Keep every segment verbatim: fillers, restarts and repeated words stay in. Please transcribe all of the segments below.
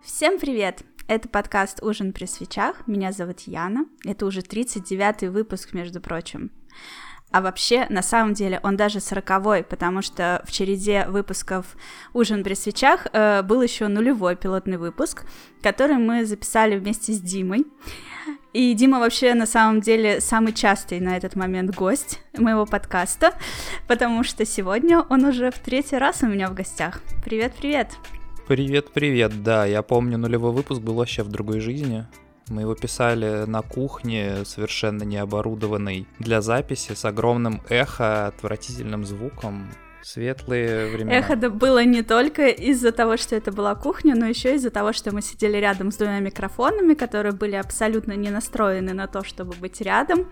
Всем привет! Это подкаст «Ужин при свечах». Меня зовут Яна. Это уже тридцать девятый выпуск, между прочим. А вообще, на самом деле, он даже сороковой, потому что в череде выпусков «Ужин при свечах» э, был еще нулевой пилотный выпуск, который мы записали вместе с Димой. И Дима вообще, на самом деле, самый частый на этот момент гость моего подкаста, потому что сегодня он уже в третий раз у меня в гостях. Привет-привет! Привет-привет, да, я помню, нулевой выпуск был вообще в другой жизни. Мы его писали на кухне, совершенно необорудованной для записи, с огромным эхо, отвратительным звуком. Светлые времена. Эхо было не только из-за того, что это была кухня, но еще из-за того, что мы сидели рядом с двумя микрофонами, которые были абсолютно не настроены на то, чтобы быть рядом.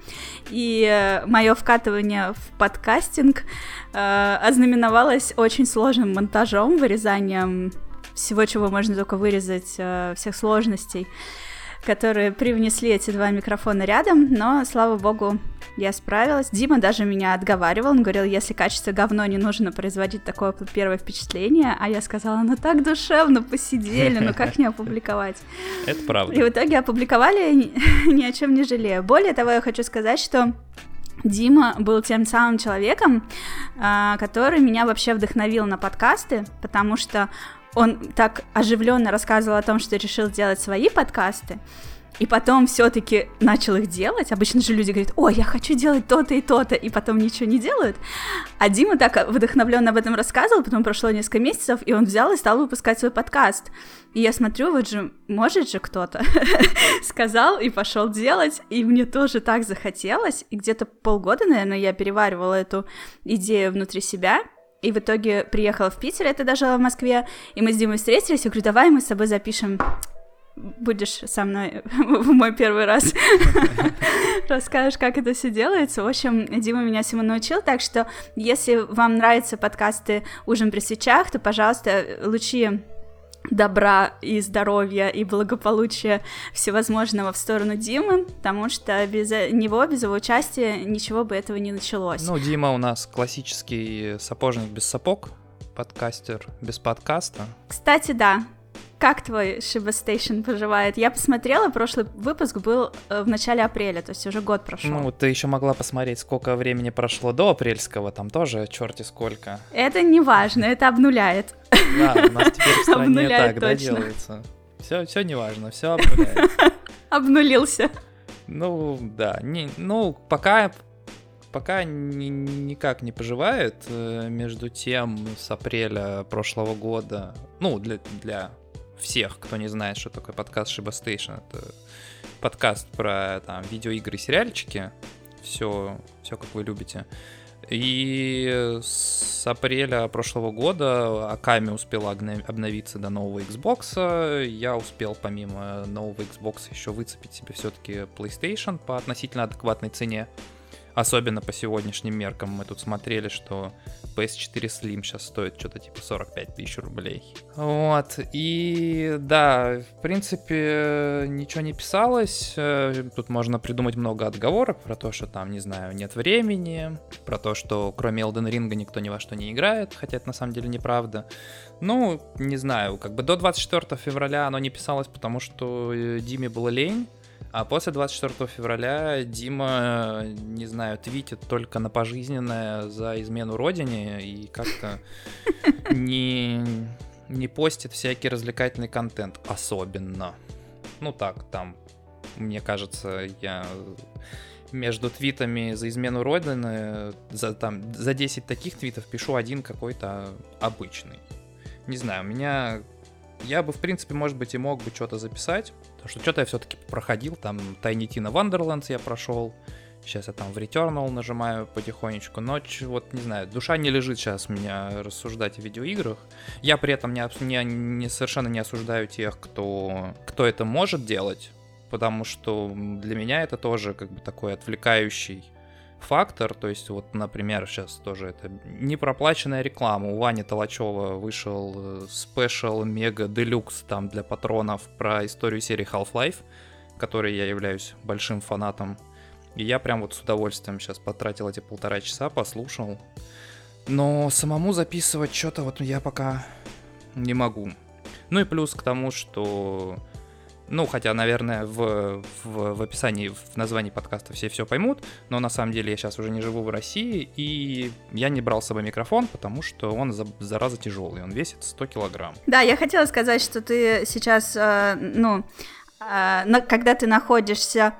И мое вкатывание в подкастинг э, ознаменовалось очень сложным монтажом, вырезанием всего, чего можно только вырезать, э, всех сложностей, которые привнесли эти два микрофона рядом, но, слава богу, я справилась. Дима даже меня отговаривал, он говорил, если качество говно, не нужно производить такое первое впечатление, а я сказала, ну так душевно посидели, ну как не опубликовать? Это правда. И в итоге опубликовали, ни о чем не жалею. Более того, я хочу сказать, что Дима был тем самым человеком, который меня вообще вдохновил на подкасты, потому что он так оживленно рассказывал о том, что решил делать свои подкасты, и потом все-таки начал их делать. Обычно же люди говорят, ой, я хочу делать то-то и то-то, и потом ничего не делают. А Дима так вдохновленно об этом рассказывал, потом прошло несколько месяцев, и он взял и стал выпускать свой подкаст. И я смотрю, вот же, может же кто-то сказал и пошел делать, и мне тоже так захотелось, и где-то полгода, наверное, я переваривала эту идею внутри себя. И в итоге приехала в Питер, это даже в Москве, и мы с Димой встретились, я говорю, давай мы с тобой запишем, будешь со мной в мой первый раз, расскажешь, как это все делается. В общем, Дима меня всему научил, так что если вам нравятся подкасты «Ужин при свечах», то, пожалуйста, лучи добра и здоровья и благополучия всевозможного в сторону Димы, потому что без него, без его участия ничего бы этого не началось. Ну, Дима у нас классический сапожник без сапог, подкастер без подкаста. Кстати, да. Как твой Shiba Station поживает? Я посмотрела, прошлый выпуск был в начале апреля, то есть уже год прошел. Ну, ты еще могла посмотреть, сколько времени прошло до апрельского, там тоже черти сколько. Это не важно, это обнуляет. Да, у нас теперь в стране так, да, делается. Все, все не важно, все обнуляет. Обнулился. Ну, да, не, ну, пока... Пока ни, никак не поживает, между тем с апреля прошлого года, ну, для, для всех, кто не знает, что такое подкаст Shiba Station, это подкаст про там видеоигры и сериальчики, все, все как вы любите. И с апреля прошлого года Аками успела обновиться до нового Xbox, я успел помимо нового Xbox еще выцепить себе все-таки PlayStation по относительно адекватной цене. Особенно по сегодняшним меркам мы тут смотрели, что пи эс четыре Slim сейчас стоит что-то типа сорок пять тысяч рублей. Вот, и да, в принципе, ничего не писалось. Тут можно придумать много отговорок про то, что там, не знаю, нет времени, про то, что кроме Elden Ring никто ни во что не играет, хотя это на самом деле неправда. Ну, не знаю, как бы до двадцать четвёртого февраля оно не писалось, потому что Диме было лень. А после двадцать четвёртого февраля Дима, не знаю, твитит только на пожизненное за измену родине и как-то не, не постит всякий развлекательный контент особенно. Ну так, там, мне кажется, я между твитами за измену родины за, там, за десять таких твитов пишу один какой-то обычный. Не знаю, у меня... Я бы, в принципе, может быть, и мог бы что-то записать, потому что что-то я все-таки проходил, там Tiny Tina Wonderlands я прошел, сейчас я там в Returnal нажимаю потихонечку, но вот, не знаю, душа не лежит сейчас у меня рассуждать о видеоиграх. Я при этом не, не, не, совершенно не осуждаю тех, кто, кто это может делать, потому что для меня это тоже как бы такой отвлекающий фактор, то есть вот, например, сейчас тоже это непроплаченная реклама. У Вани Толачева вышел спешл мега делюкс там для патронов про историю серии Half-Life, которой я являюсь большим фанатом. И я прям вот с удовольствием сейчас потратил эти полтора часа, послушал. Но самому записывать что-то вот я пока не могу. Ну и плюс к тому, что... Ну, хотя, наверное, в, в, в описании, в названии подкаста все все поймут, но на самом деле я сейчас уже не живу в России, и я не брал с собой микрофон, потому что он, зараза, тяжелый, он весит сто килограмм. Да, я хотела сказать, что ты сейчас, э, ну, э, когда ты находишься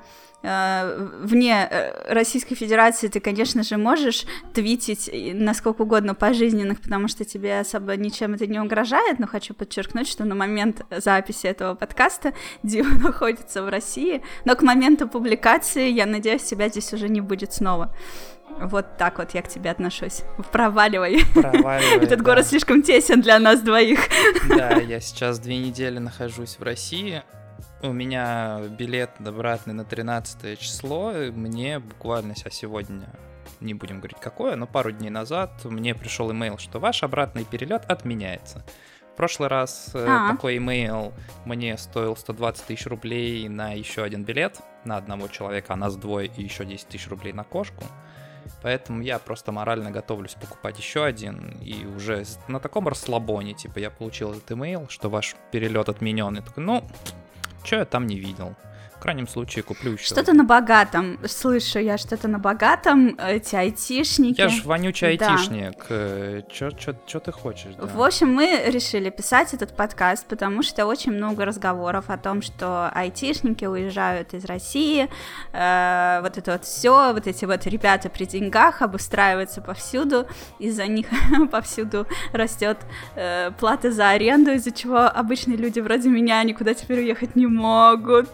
вне Российской Федерации, ты, конечно же, можешь твитить насколько угодно пожизненных, потому что тебе особо ничем это не угрожает, но хочу подчеркнуть, что на момент записи этого подкаста Дима находится в России, но к моменту публикации, я надеюсь, тебя здесь уже не будет снова. Вот так вот я к тебе отношусь. Проваливай. Проваливай, Этот да. город слишком тесен для нас двоих. Да, я сейчас две недели нахожусь в России. У меня билет обратный на тринадцатое число, мне буквально сейчас сегодня, не будем говорить какое, но пару дней назад мне пришел имейл, что ваш обратный перелет отменяется. В прошлый раз А-а. такой имейл мне стоил сто двадцать тысяч рублей на еще один билет, на одного человека, а нас двое, и еще десять тысяч рублей на кошку. Поэтому я просто морально готовлюсь покупать еще один, и уже на таком расслабоне, типа я получил этот имейл, что ваш перелет отменен, и такой, ну... Че я там не видел? В крайнем случае куплю еще. Что-то на богатом. Слышу я что-то на богатом. Эти айтишники. Я ж вонючий айтишник. Да. Че ты хочешь? Да. В общем, мы решили писать этот подкаст, потому что очень много разговоров о том, что айтишники уезжают из России. Э, вот это вот все, вот эти вот ребята при деньгах обустраиваются повсюду. Из-за них повсюду растет э, плата за аренду, из-за чего обычные люди вроде меня никуда теперь уехать не могут.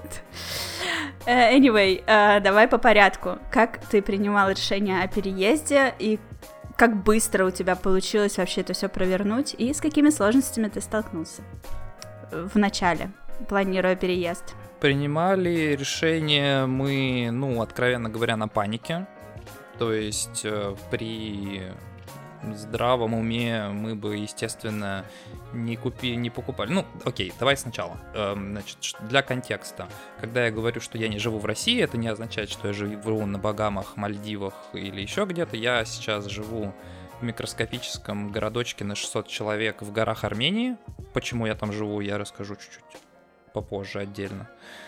Anyway, uh, давай по порядку. Как ты принимал решение о переезде и как быстро у тебя получилось вообще это все провернуть и с какими сложностями ты столкнулся в начале, планируя переезд? Принимали решение мы, ну, откровенно говоря, на панике. То есть э, при здравом уме мы бы, естественно, не купи, не покупали. Ну, окей, давай сначала. Эм, значит, для контекста. Когда я говорю, что я не живу в России, это не означает, что я живу на Багамах, Мальдивах или еще где-то. Я сейчас живу в микроскопическом городочке на шестьсот человек в горах Армении. Почему я там живу, я расскажу чуть-чуть попозже отдельно.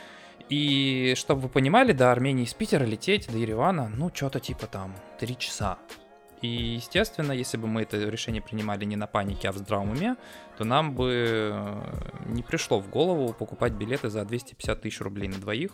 И чтобы вы понимали, до Армении из Питера лететь до Еревана, ну, что-то типа там три часа. И, естественно, если бы мы это решение принимали не на панике, а в здравом уме, то нам бы не пришло в голову покупать билеты за двести пятьдесят тысяч рублей на двоих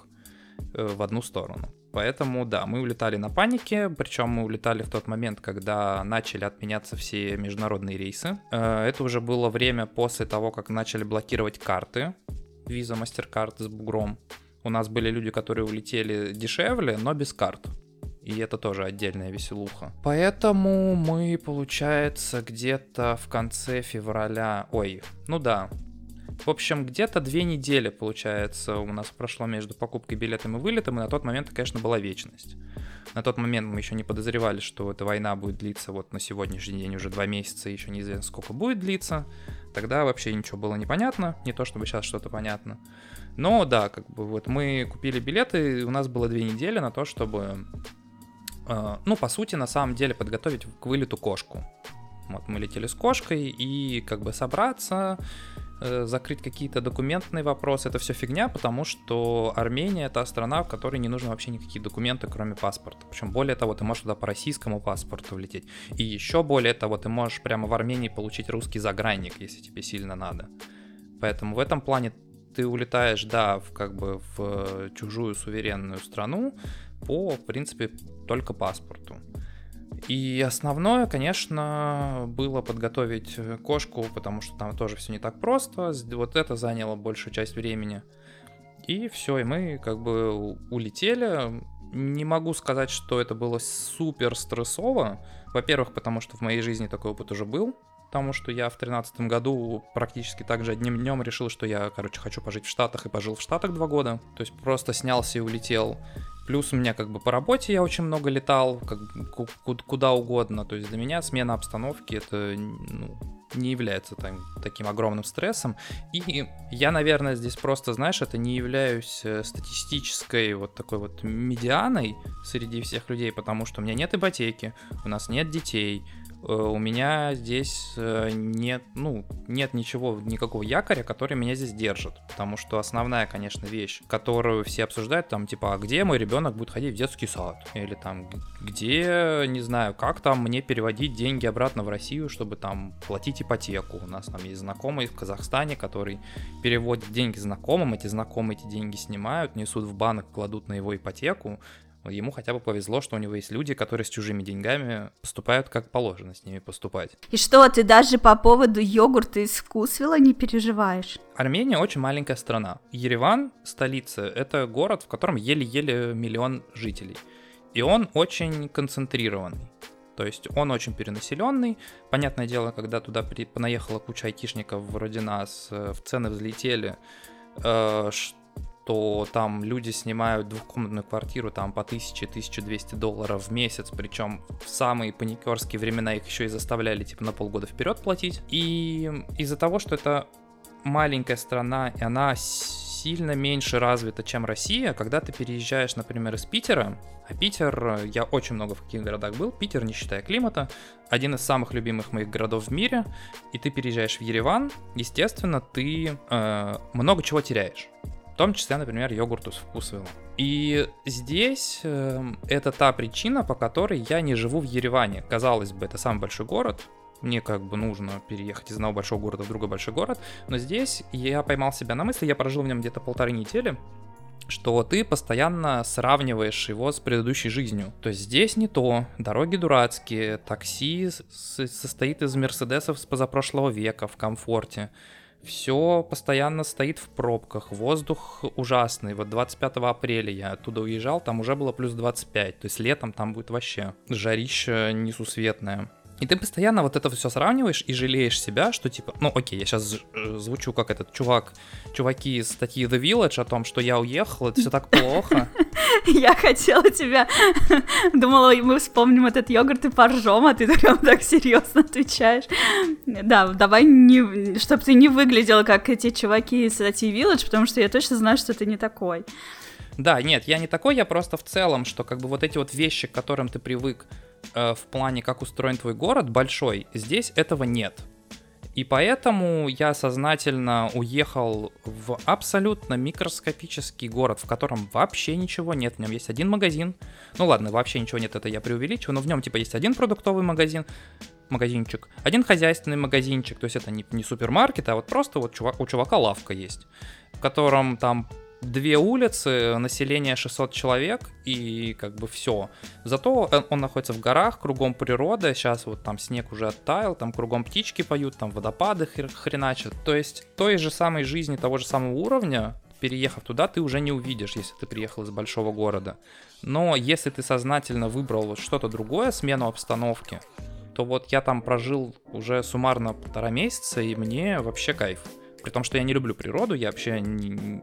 в одну сторону. Поэтому, да, мы улетали на панике, причем мы улетали в тот момент, когда начали отменяться все международные рейсы. Это уже было время после того, как начали блокировать карты, Visa, MasterCard с бугром. У нас были люди, которые улетели дешевле, но без карт. И это тоже отдельная веселуха. Поэтому мы, получается, где-то в конце февраля... Ой, ну да. В общем, где-то две недели, получается, у нас прошло между покупкой билетом и вылетом, и на тот момент, конечно, была вечность. На тот момент мы еще не подозревали, что эта война будет длиться вот на сегодняшний день уже два месяца, еще неизвестно, сколько будет длиться. Тогда вообще ничего было непонятно, не то чтобы сейчас что-то понятно. Но да, как бы вот мы купили билеты, и у нас было две недели на то, чтобы... Ну, по сути, на самом деле, подготовить к вылету кошку. Вот мы летели с кошкой, и как бы собраться, э, закрыть какие-то документные вопросы, это все фигня, потому что Армения — это страна, в которой не нужны вообще никакие документы, кроме паспорта. Причем, более того, ты можешь туда по российскому паспорту влететь. И еще более того, ты можешь прямо в Армении получить русский загранник, если тебе сильно надо. Поэтому в этом плане ты улетаешь, да, в, как бы в чужую суверенную страну по, в принципе, только паспорту. И основное, конечно, было подготовить кошку, потому что там тоже все не так просто. Вот это заняло большую часть времени. И все, и мы как бы улетели. Не могу сказать, что это было супер стрессово. Во-первых, потому что в моей жизни такой опыт уже был. Потому что я в тринадцатом году практически так же одним днем решил, что я, короче, хочу пожить в Штатах, и пожил в Штатах два года. То есть просто снялся и улетел. Плюс у меня как бы по работе я очень много летал, как, куда угодно. То есть для меня смена обстановки это, ну, не является там, таким огромным стрессом. И я, наверное, здесь просто, знаешь, это не являюсь статистической вот такой вот медианой среди всех людей, потому что у меня нет ипотеки, у нас нет детей, у меня здесь нет, ну, нет ничего, никакого якоря, который меня здесь держит. Потому что основная, конечно, вещь, которую все обсуждают, там, типа, а где мой ребенок будет ходить в детский сад? Или там, где, не знаю, как там мне переводить деньги обратно в Россию, чтобы там платить ипотеку. У нас там есть знакомый в Казахстане, который переводит деньги знакомым, эти знакомые эти деньги снимают, несут в банк, кладут на его ипотеку. Ему хотя бы повезло, что у него есть люди, которые с чужими деньгами поступают как положено с ними поступать. И что, ты даже по поводу йогурта из Вкусвилла не переживаешь? Армения очень маленькая страна. Ереван, столица, это город, в котором еле-еле миллион жителей. И он очень концентрированный. То есть он очень перенаселенный. Понятное дело, когда туда при... понаехала куча айтишников вроде нас, в цены взлетели, э, то там люди снимают двухкомнатную квартиру там по тысяче - тысяча двести долларов в месяц, причем в самые паникерские времена их еще и заставляли типа на полгода вперед платить. И из-за того, что это маленькая страна, и она сильно меньше развита, чем Россия, когда ты переезжаешь, например, из Питера, а Питер, я очень много в каких городах был, Питер, не считая климата, один из самых любимых моих городов в мире, и ты переезжаешь в Ереван, естественно, ты э, много чего теряешь. В том числе, например, йогурт из Вкусвилла. И здесь э, это та причина, по которой я не живу в Ереване. Казалось бы, это самый большой город, мне как бы нужно переехать из одного большого города в другой большой город, но здесь я поймал себя на мысли, я прожил в нем где-то полторы недели, что ты постоянно сравниваешь его с предыдущей жизнью. То есть здесь не то, дороги дурацкие, такси состоит из мерседесов с позапрошлого века в комфорте. Все постоянно стоит в пробках, воздух ужасный. Вот двадцать пятого апреля я оттуда уезжал, там уже было плюс двадцать пять, то есть летом там будет вообще жарище несусветное. И ты постоянно вот это все сравниваешь и жалеешь себя, что типа, ну окей, я сейчас звучу как этот чувак, чуваки из статьи The Village о том, что я уехал, это все так плохо. Я хотела тебя, думала, мы вспомним этот йогурт и поржем, а ты прям так серьезно отвечаешь. Да, давай, не, чтобы ты не выглядел как эти чуваки из статьи Village, потому что я точно знаю, что ты не такой. Да, нет, я не такой, я просто в целом, что как бы вот эти вот вещи, к которым ты привык, в плане, как устроен твой город большой, здесь этого нет. И поэтому я сознательно уехал в абсолютно микроскопический город, в котором вообще ничего нет. В нем есть один магазин. Ну ладно, вообще ничего нет, это я преувеличиваю, но в нем типа есть один продуктовый магазин, магазинчик, один хозяйственный магазинчик, то есть это не, не супермаркет, а вот просто вот чувак, у чувака лавка есть, в котором там две улицы, население шестьсот человек, и как бы все. Зато он, он находится в горах, кругом природа, сейчас вот там снег уже оттаял, там кругом птички поют, там водопады хреначат. То есть той же самой жизни, того же самого уровня, переехав туда, ты уже не увидишь, если ты приехал из большого города. Но если ты сознательно выбрал вот что-то другое, смену обстановки, то вот я там прожил уже суммарно полтора месяца, и мне вообще кайф. При том, что я не люблю природу, я вообще не...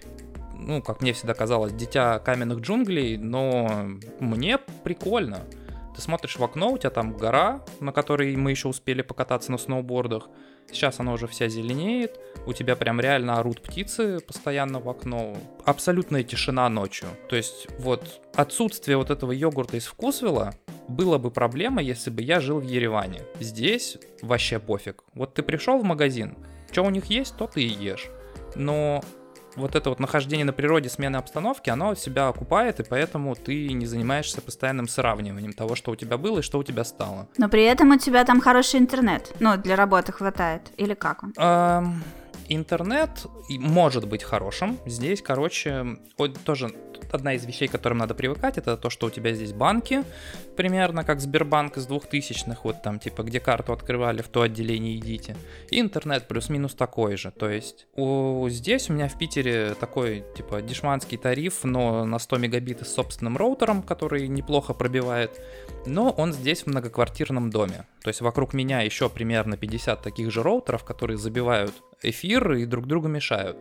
ну, как мне всегда казалось, дитя каменных джунглей, но мне прикольно. Ты смотришь в окно, у тебя там гора, на которой мы еще успели покататься на сноубордах. Сейчас она уже вся зеленеет, у тебя прям реально орут птицы постоянно в окно. Абсолютная тишина ночью. То есть вот отсутствие вот этого йогурта из Вкусвилла было бы проблема, если бы я жил в Ереване. Здесь вообще пофиг. Вот ты пришел в магазин, что у них есть, то ты и ешь. Но вот это вот нахождение на природе, смена обстановки, оно себя окупает, и поэтому ты не занимаешься постоянным сравниванием того, что у тебя было и что у тебя стало. Но при этом у тебя там хороший интернет, ну, для работы хватает, или как он? Эм, интернет может быть хорошим. Здесь, короче, тоже одна из вещей, к которым надо привыкать, это то, что у тебя здесь банки, примерно как Сбербанк из двухтысячных, вот там типа где карту открывали, в то отделение идите. И интернет плюс-минус такой же, то есть у, здесь у меня в Питере такой типа дешманский тариф, но на сто мегабит с собственным роутером, который неплохо пробивает, но он здесь в многоквартирном доме. То есть вокруг меня еще примерно пятьдесят таких же роутеров, которые забивают эфир и друг другу мешают.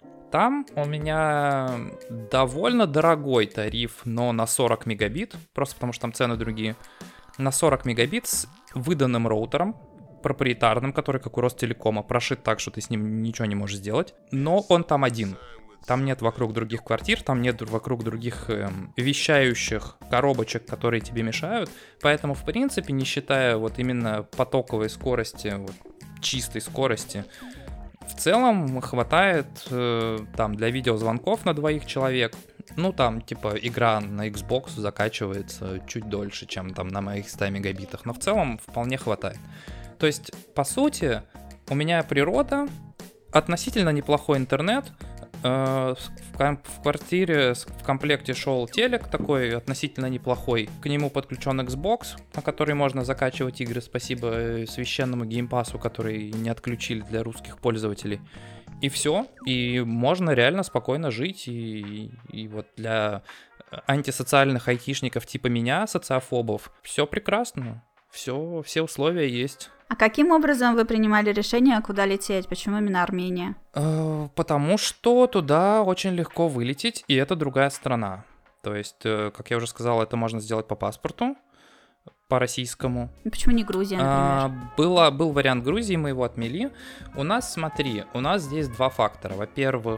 Там у меня довольно дорогой тариф, но на сорок мегабит, просто потому что там цены другие. На сорок мегабит с выданным роутером, проприетарным, который, как у Ростелекома, прошит так, что ты с ним ничего не можешь сделать. Но он там один. Там нет вокруг других квартир, там нет вокруг других э, вещающих коробочек, которые тебе мешают. Поэтому, в принципе, не считая вот именно потоковой скорости, вот, чистой скорости, в целом хватает э, там для видеозвонков на двоих человек. Ну, там, типа, игра на Xbox закачивается чуть дольше, чем там на моих ста мегабитах, но в целом вполне хватает. То есть, по сути, у меня природа, относительно неплохой интернет, э, в, ком- в квартире в комплекте шел телек такой относительно неплохой, к нему подключен Xbox, на который можно закачивать игры, спасибо священному геймпасу, который не отключили для русских пользователей. И все, и можно реально спокойно жить, и, и, и вот для антисоциальных айтишников типа меня, социофобов, все прекрасно, все, все условия есть. А каким образом вы принимали решение, куда лететь? Почему именно Армения? Э, потому что туда очень легко вылететь, и это другая страна. То есть, э, как я уже сказал, это можно сделать по паспорту, по российскому. Почему не Грузия, например? А, было, был вариант Грузии, мы его отмели. У нас, смотри, у нас здесь два фактора. Во-первых,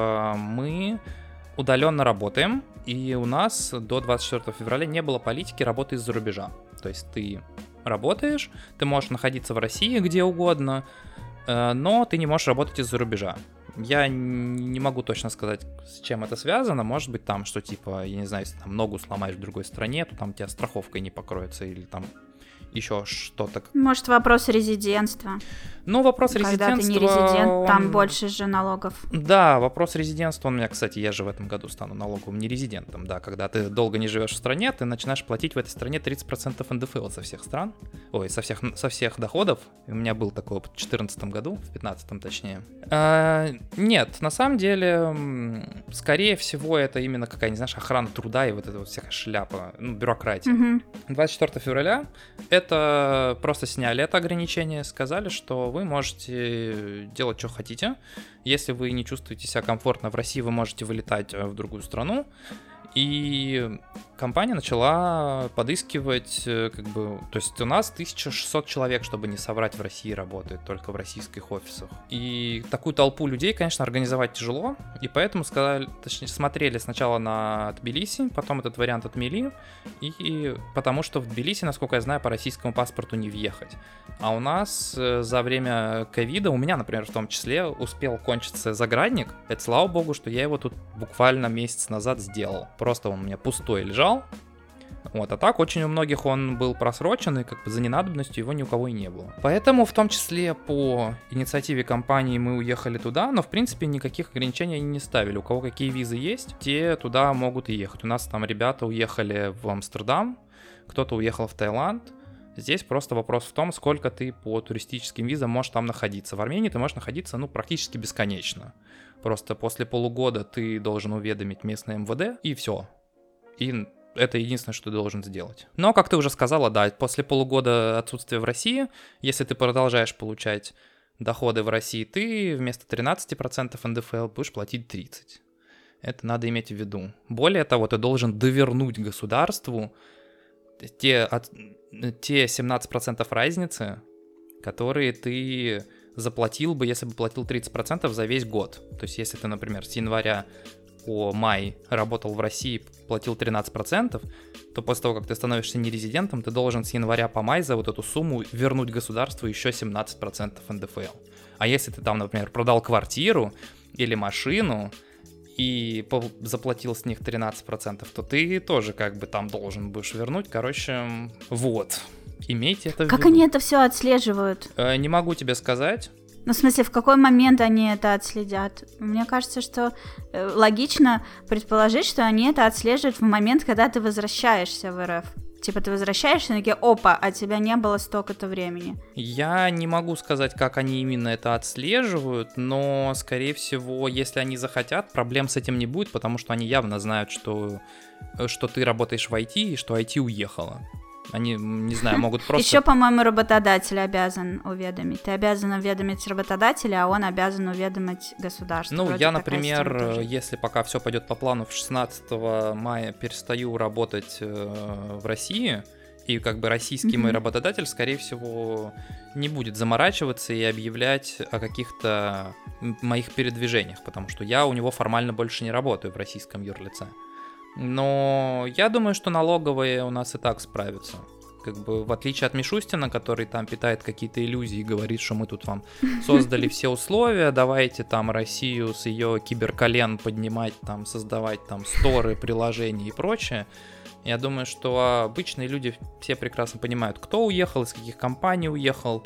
мы удаленно работаем, и у нас до двадцать четвёртого февраля не было политики работы из-за рубежа. То есть ты работаешь, ты можешь находиться в России где угодно, но ты не можешь работать из-за рубежа. Я не могу точно сказать, с чем это связано. Может быть там, что типа, я не знаю, если там ногу сломаешь в другой стране, то там у тебя страховкой не покроется или там еще что-то. Может, вопрос резидентства. Ну, вопрос Когда резидентства... ты не резидент, он... там больше же налогов. Да, вопрос резидентства, он у меня, кстати, я же в этом году стану налоговым нерезидентом, да, когда ты долго не живешь в стране, ты начинаешь платить в этой стране тридцать процентов эн дэ эф эл со всех стран, ой, со всех, со всех доходов, у меня был такой опыт в две тысячи четырнадцатом году, в пятнадцатом точнее. А, нет, на самом деле, скорее всего, это именно какая-нибудь, знаешь, охрана труда и вот эта вот всякая шляпа, ну, бюрократия. Угу. двадцать четвёртого февраля это просто сняли это ограничение, сказали, что вы можете делать, что хотите. Если вы не чувствуете себя комфортно в России, вы можете вылетать в другую страну. И компания начала подыскивать, как бы, то есть у нас тысяча шестьсот человек, чтобы не соврать, в России работает, только в российских офисах. И такую толпу людей, конечно, организовать тяжело, и поэтому сказали, точнее, смотрели сначала на Тбилиси, потом этот вариант отмели, и, и потому что в Тбилиси, насколько я знаю, по российскому паспорту не въехать. А у нас за время ковида, у меня, например, в том числе, успел кончиться заградник. Это слава богу, что я его тут буквально месяц назад сделал. Просто он у меня пустой лежал. Вот, а так очень у многих он был просрочен, и как бы за ненадобностью его ни у кого и не было. Поэтому в том числе по инициативе компании мы уехали туда, но в принципе никаких ограничений они не ставили. У кого какие визы есть, те туда могут и ехать. У нас там ребята уехали в Амстердам, кто-то уехал в Таиланд. Здесь просто вопрос в том, сколько ты по туристическим визам можешь там находиться. В Армении ты можешь находиться, ну, практически бесконечно. Просто после полугода ты должен уведомить местное эм вэ дэ, и все. И это единственное, что ты должен сделать. Но, как ты уже сказала, да, после полугода отсутствия в России, если ты продолжаешь получать доходы в России, ты вместо тринадцать процентов эн дэ эф эл будешь платить тридцать процентов. Это надо иметь в виду. Более того, ты должен довернуть государству те, от, те семнадцать процентов разницы, которые ты заплатил бы, если бы платил тридцать процентов за весь год. То есть, если ты, например, с января по май работал в России, платил тринадцать процентов, то после того, как ты становишься нерезидентом, ты должен с января по май за вот эту сумму вернуть государству еще семнадцать процентов эн дэ эф эл. А если ты там, например, продал квартиру или машину и заплатил с них тринадцать процентов, то ты тоже как бы там должен будешь вернуть. Короче, вот. Имейте это в виду. Как они это все отслеживают? Э, не могу тебе сказать. Ну, в смысле, в какой момент они это отследят? Мне кажется, что э, логично предположить, что они это отслеживают в момент, когда ты возвращаешься в эр эф. Типа ты возвращаешься, и такие, опа, а тебя не было столько-то времени. Я не могу сказать, как они именно это отслеживают, но, скорее всего, если они захотят, проблем с этим не будет, потому что они явно знают, что, что ты работаешь в ай ти и что ай ти уехало. Они, не знаю, могут просто... Еще, по-моему, работодатель обязан уведомить. Ты обязан уведомить работодателя, а он обязан уведомить государство. Ну, Вроде я, например, если пока все пойдет по плану, в шестнадцатого мая перестаю работать э, в России, И как бы российский mm-hmm. мой работодатель, скорее всего, не будет заморачиваться и объявлять о каких-то моих передвижениях, потому что я у него формально больше не работаю в российском юрлице. Но я думаю, что налоговые у нас и так справятся. Как бы в отличие от Мишустина, который там питает какие-то иллюзии и говорит, что мы тут вам создали все условия, давайте там Россию с ее киберколен поднимать, там создавать там сторы, приложения и прочее. Я думаю, что обычные люди все прекрасно понимают, кто уехал, из каких компаний уехал.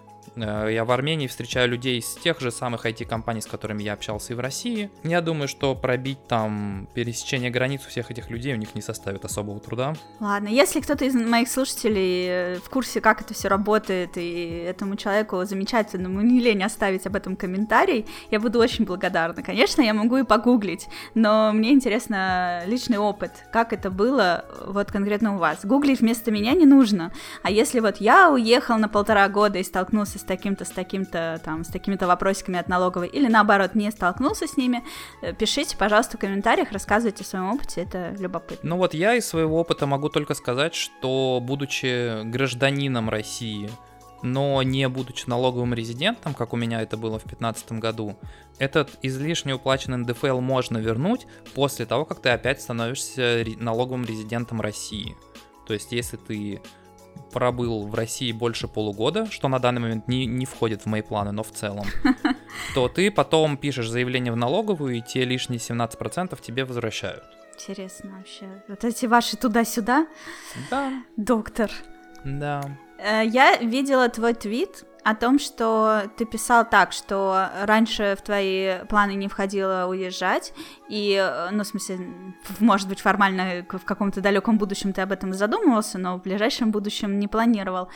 Я в Армении встречаю людей из тех же самых ай ти-компаний, с которыми я общался и в России. Я думаю, что пробить там пересечение границ у всех этих людей у них не составит особого труда. Ладно, если кто-то из моих слушателей в курсе, как это все работает, и этому человеку замечательному не лень оставить об этом комментарий, я буду очень благодарна. Конечно, я могу и погуглить, но мне интересно личный опыт, как это было вот конкретно у вас. Гуглить вместо меня не нужно. А если вот я уехал на полтора года и столкнулся с таким-то, с таким-то, там, с такими-то вопросиками от налоговой, или наоборот, не столкнулся с ними, пишите, пожалуйста, в комментариях, рассказывайте о своем опыте, это любопытно. Ну вот я из своего опыта могу только сказать, что, будучи гражданином России, но не будучи налоговым резидентом, как у меня это было в две тысячи пятнадцатом году, этот излишне уплаченный эн дэ эф эл можно вернуть после того, как ты опять становишься налоговым резидентом России. То есть, если ты пробыл в России больше полугода, что на данный момент не, не входит в мои планы, но в целом, то ты потом пишешь заявление в налоговую, и те лишние семнадцать процентов тебе возвращают. Интересно вообще. Вот эти ваши туда-сюда? Да. Доктор. Да. Я видела твой твит о том, что ты писал так, что раньше в твои планы не входило уезжать, и, ну, в смысле, может быть, формально в каком-то далеком будущем ты об этом задумывался, но в ближайшем будущем не планировал,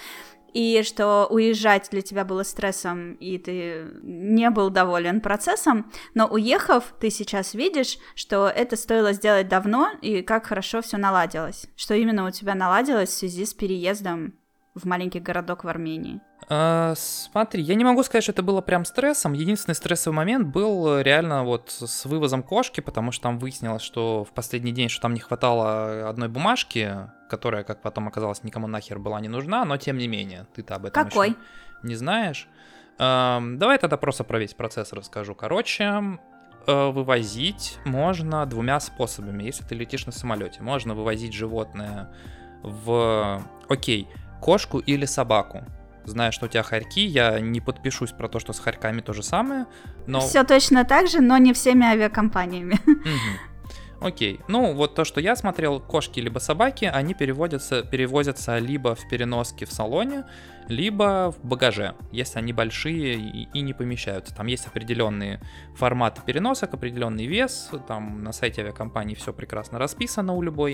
и что уезжать для тебя было стрессом, и ты не был доволен процессом, но уехав, ты сейчас видишь, что это стоило сделать давно, и как хорошо все наладилось, что именно у тебя наладилось в связи с переездом в маленький городок в Армении. А, смотри, я не могу сказать, что это было прям стрессом. Единственный стрессовый момент был реально вот с вывозом кошки, потому что там выяснилось, что в последний день, что там не хватало одной бумажки, которая, как потом оказалось, никому нахер была не нужна, но тем не менее, ты-то об этом Какой? еще не знаешь. А, давай тогда просто про весь процесс расскажу. Короче, вывозить можно двумя способами, если ты летишь на самолете. Можно вывозить животное в... Окей, кошку или собаку. Зная, что у тебя хорьки, я не подпишусь про то, что с хорьками то же самое, но... Все точно так же, но не всеми авиакомпаниями. Угу. Окей. Ну, вот то, что я смотрел, кошки либо собаки, они переводятся, перевозятся либо в переноске в салоне, либо в багаже, если они большие и, и не помещаются. Там есть определенные форматы переносок, определенный вес, там на сайте авиакомпании все прекрасно расписано у любой.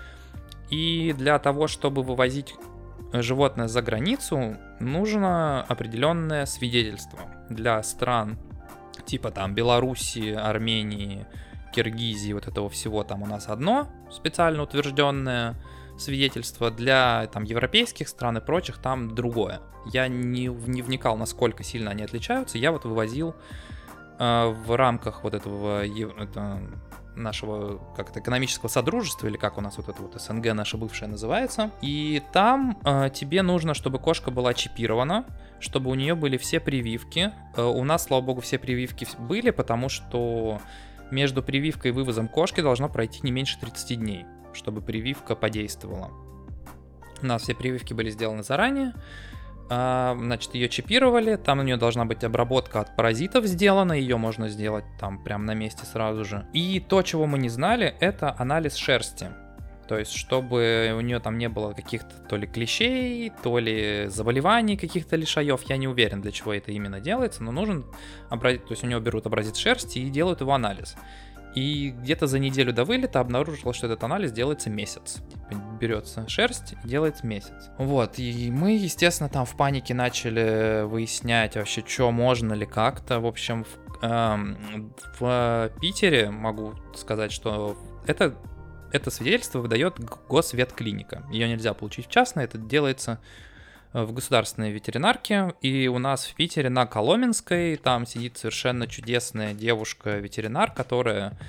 И для того, чтобы вывозить животное за границу, нужно определенное свидетельство. Для стран типа там Белоруссии, Армении, Киргизии, вот этого всего там у нас одно специально утвержденное свидетельство. Для там европейских стран и прочих там другое. Я не, не вникал, насколько сильно они отличаются. Я вот вывозил э, в рамках вот этого это, нашего как-то экономического содружества, или как у нас вот это вот эс эн гэ наша бывшая называется. И там э, тебе нужно, чтобы кошка была чипирована, чтобы у нее были все прививки. Э, у нас, слава богу, все прививки были, потому что между прививкой и вывозом кошки должно пройти не меньше тридцать дней, чтобы прививка подействовала. У нас все прививки были сделаны заранее. Значит, ее чипировали, там у нее должна быть обработка от паразитов сделана, ее можно сделать там прям на месте сразу же. И то, чего мы не знали, это анализ шерсти. То есть, чтобы у нее там не было каких-то то ли клещей, то ли заболеваний каких-то лишаев, я не уверен, для чего это именно делается, но нужен образец, то есть у нее берут образец шерсти и делают его анализ. И где-то за неделю до вылета обнаружилось, что этот анализ делается месяц. Типа берется шерсть и делается месяц. Вот, и мы, естественно, там в панике начали выяснять вообще, что можно ли как-то. В общем, в, эм, в Питере могу сказать, что это, это свидетельство выдает Госветклиника. Ее нельзя получить в частное, это делается в государственной ветеринарке, и у нас в Питере на Коломенской там сидит совершенно чудесная девушка-ветеринар, которая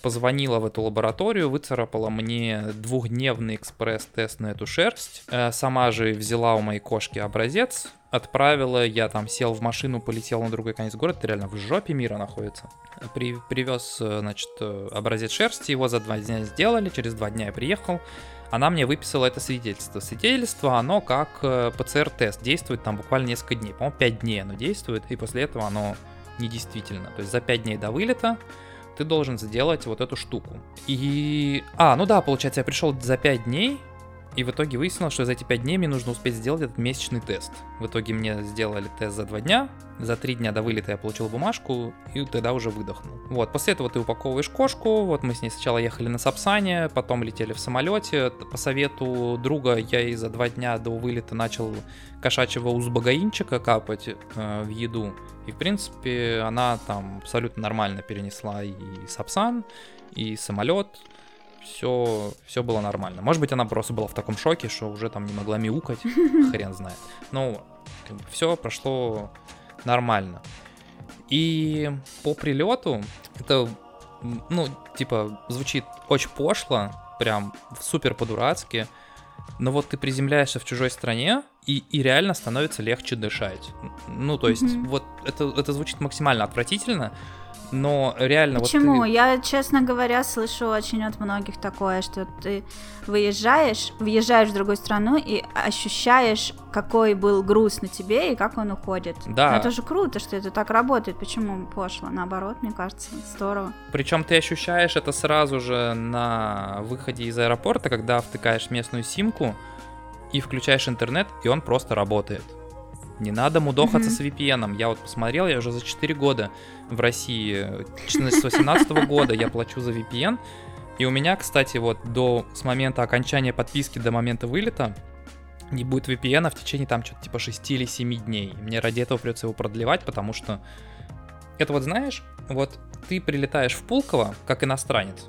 позвонила в эту лабораторию, выцарапала мне двухдневный экспресс-тест на эту шерсть, сама же взяла у моей кошки образец, отправила, я там сел в машину, полетел на другой конец города, это реально в жопе мира находится. При, привез, значит, образец шерсти, его за два дня сделали, через два дня я приехал, она мне выписала это свидетельство. Свидетельство, оно как ПЦР-тест, действует там буквально несколько дней, по-моему, пять дней оно действует, и после этого оно недействительно. То есть за пять дней до вылета ты должен сделать вот эту штуку. И... А, ну да, получается, я пришел за пять дней, и в итоге выяснилось, что за эти пять дней мне нужно успеть сделать этот месячный тест. В итоге мне сделали тест за два дня, за три дня до вылета я получил бумажку, и тогда уже выдохнул. Вот, после этого ты упаковываешь кошку, вот мы с ней сначала ехали на Сапсане, потом летели в самолете. По совету друга я ей за два дня до вылета начал кошачьего узбагаинчика капать э, в еду. И, в принципе, она там абсолютно нормально перенесла и Сапсан, и самолет. Все, все было нормально. Может быть, она просто была в таком шоке, что уже там не могла мяукать, хрен знает. Ну, как бы все прошло нормально. И по прилету это, ну, типа, звучит очень пошло, прям супер по-дурацки. Но вот ты приземляешься в чужой стране, и, и реально становится легче дышать. Ну, то есть, mm-hmm. вот это, это звучит максимально отвратительно, но реально... Почему? Вот ты... Я, честно говоря, слышу очень от многих такое, что ты выезжаешь, въезжаешь в другую страну и ощущаешь, какой был груз на тебе и как он уходит. Да. Но это же круто, что это так работает. Почему пошло? Наоборот, мне кажется, здорово. Причем ты ощущаешь это сразу же на выходе из аэропорта, когда втыкаешь местную симку и включаешь интернет, и он просто работает. Не надо мудохаться mm-hmm. с ви пи эн. Я вот посмотрел, я уже за четыре года в России, с восемнадцатого года я плачу за ви пи эн. И у меня, кстати, вот до с момента окончания подписки до момента вылета не будет ви пи эн в течение там что-то типа шести или семи дней. Мне ради этого придется его продлевать, потому что это вот знаешь, вот ты прилетаешь в Пулково как иностранец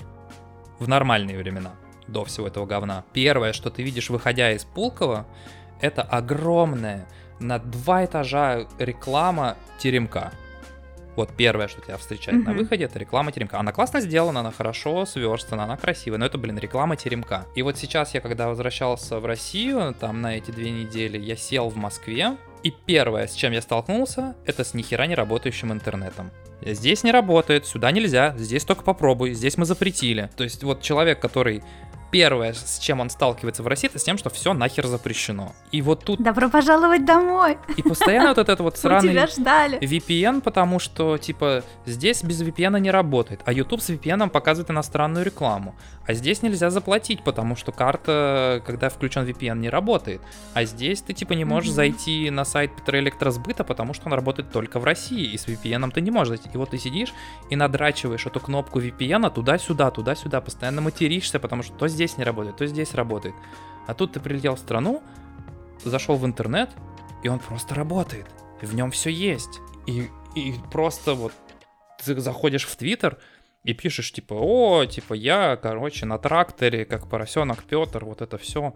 в нормальные времена, до всего этого говна. Первое, что ты видишь, выходя из Пулково, это огромная на два этажа реклама теремка. Вот первое, что тебя встречает mm-hmm. на выходе, это реклама теремка. Она классно сделана, она хорошо сверстана, она красивая, но это, блин, реклама теремка. И вот сейчас я, когда возвращался в Россию, там на эти две недели, я сел в Москве, и первое, с чем я столкнулся, это с нихера не работающим интернетом. Здесь не работает, сюда нельзя, здесь только попробуй, здесь мы запретили. То есть вот человек, который... Первое, с чем он сталкивается в России, это с тем, что все нахер запрещено. И вот тут... Добро пожаловать домой! И постоянно вот этот вот сраный тебя ждали. ви пи эн, потому что, типа, здесь без ви пи эн не работает, а YouTube с ви пи эн показывает иностранную рекламу. А здесь нельзя заплатить, потому что карта, когда включен ви пи эн, не работает. А здесь ты, типа, не можешь mm-hmm. зайти на сайт Петроэлектросбыта, потому что он работает только в России, и с ви пи эн ты не можешь зайти. И вот ты сидишь и надрачиваешь эту кнопку ви пи эн туда-сюда, туда-сюда, постоянно материшься, потому что то здесь здесь не работает, то здесь работает. А тут ты прилетел в страну, зашел в интернет, и он просто работает. И в нем все есть. И, и просто вот ты заходишь в Твиттер и пишешь, типа, о, типа, я, короче, на тракторе, как поросенок Петр, вот это все.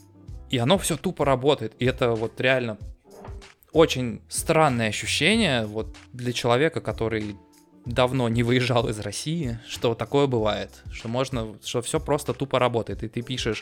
И оно все тупо работает. И это вот реально очень странное ощущение вот для человека, который давно не выезжал из России, что такое бывает, что можно, что все просто тупо работает, и ты пишешь,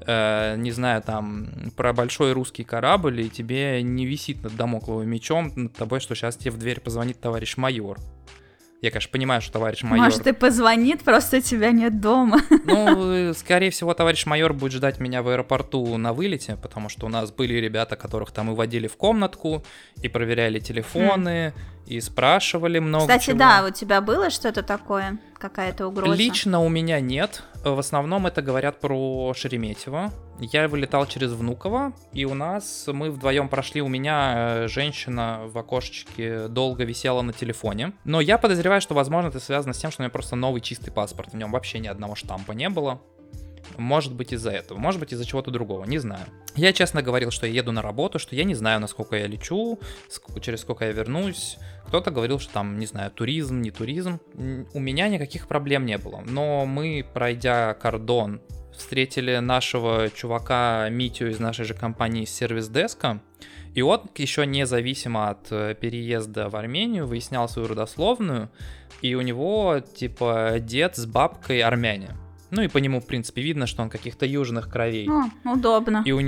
э, не знаю, там, про большой русский корабль, и тебе не висит над дамокловым мечом над тобой, что сейчас тебе в дверь позвонит товарищ майор. Я, конечно, понимаю, что товарищ майор... Может, и позвонит, просто тебя нет дома. Ну, скорее всего, товарищ майор будет ждать меня в аэропорту на вылете, потому что у нас были ребята, которых там и водили в комнатку, и проверяли телефоны, mm. и спрашивали много Кстати, чего. да, у тебя было что-то такое? Какая-то угроза? Лично у меня нет. В основном это говорят про Шереметьево. Я вылетал через Внуково, и у нас мы вдвоем прошли. У меня женщина в окошечке долго висела на телефоне. Но я подозреваю, что, возможно, это связано с тем, что у меня просто новый чистый паспорт. В нем вообще ни одного штампа не было. Может быть, из-за этого, может быть, из-за чего-то другого, не знаю. Я честно говорил, что я еду на работу, что я не знаю, насколько я лечу, через сколько я вернусь. Кто-то говорил, что там, не знаю, туризм, не туризм. У меня никаких проблем не было. Но мы, пройдя кордон, встретили нашего чувака Митю из нашей же компании из сервис-деска. И он, еще независимо от переезда в Армению, выяснял свою родословную, и у него, типа, дед с бабкой армяне. Ну и по нему, в принципе, видно, что он каких-то южных кровей. О, удобно. И у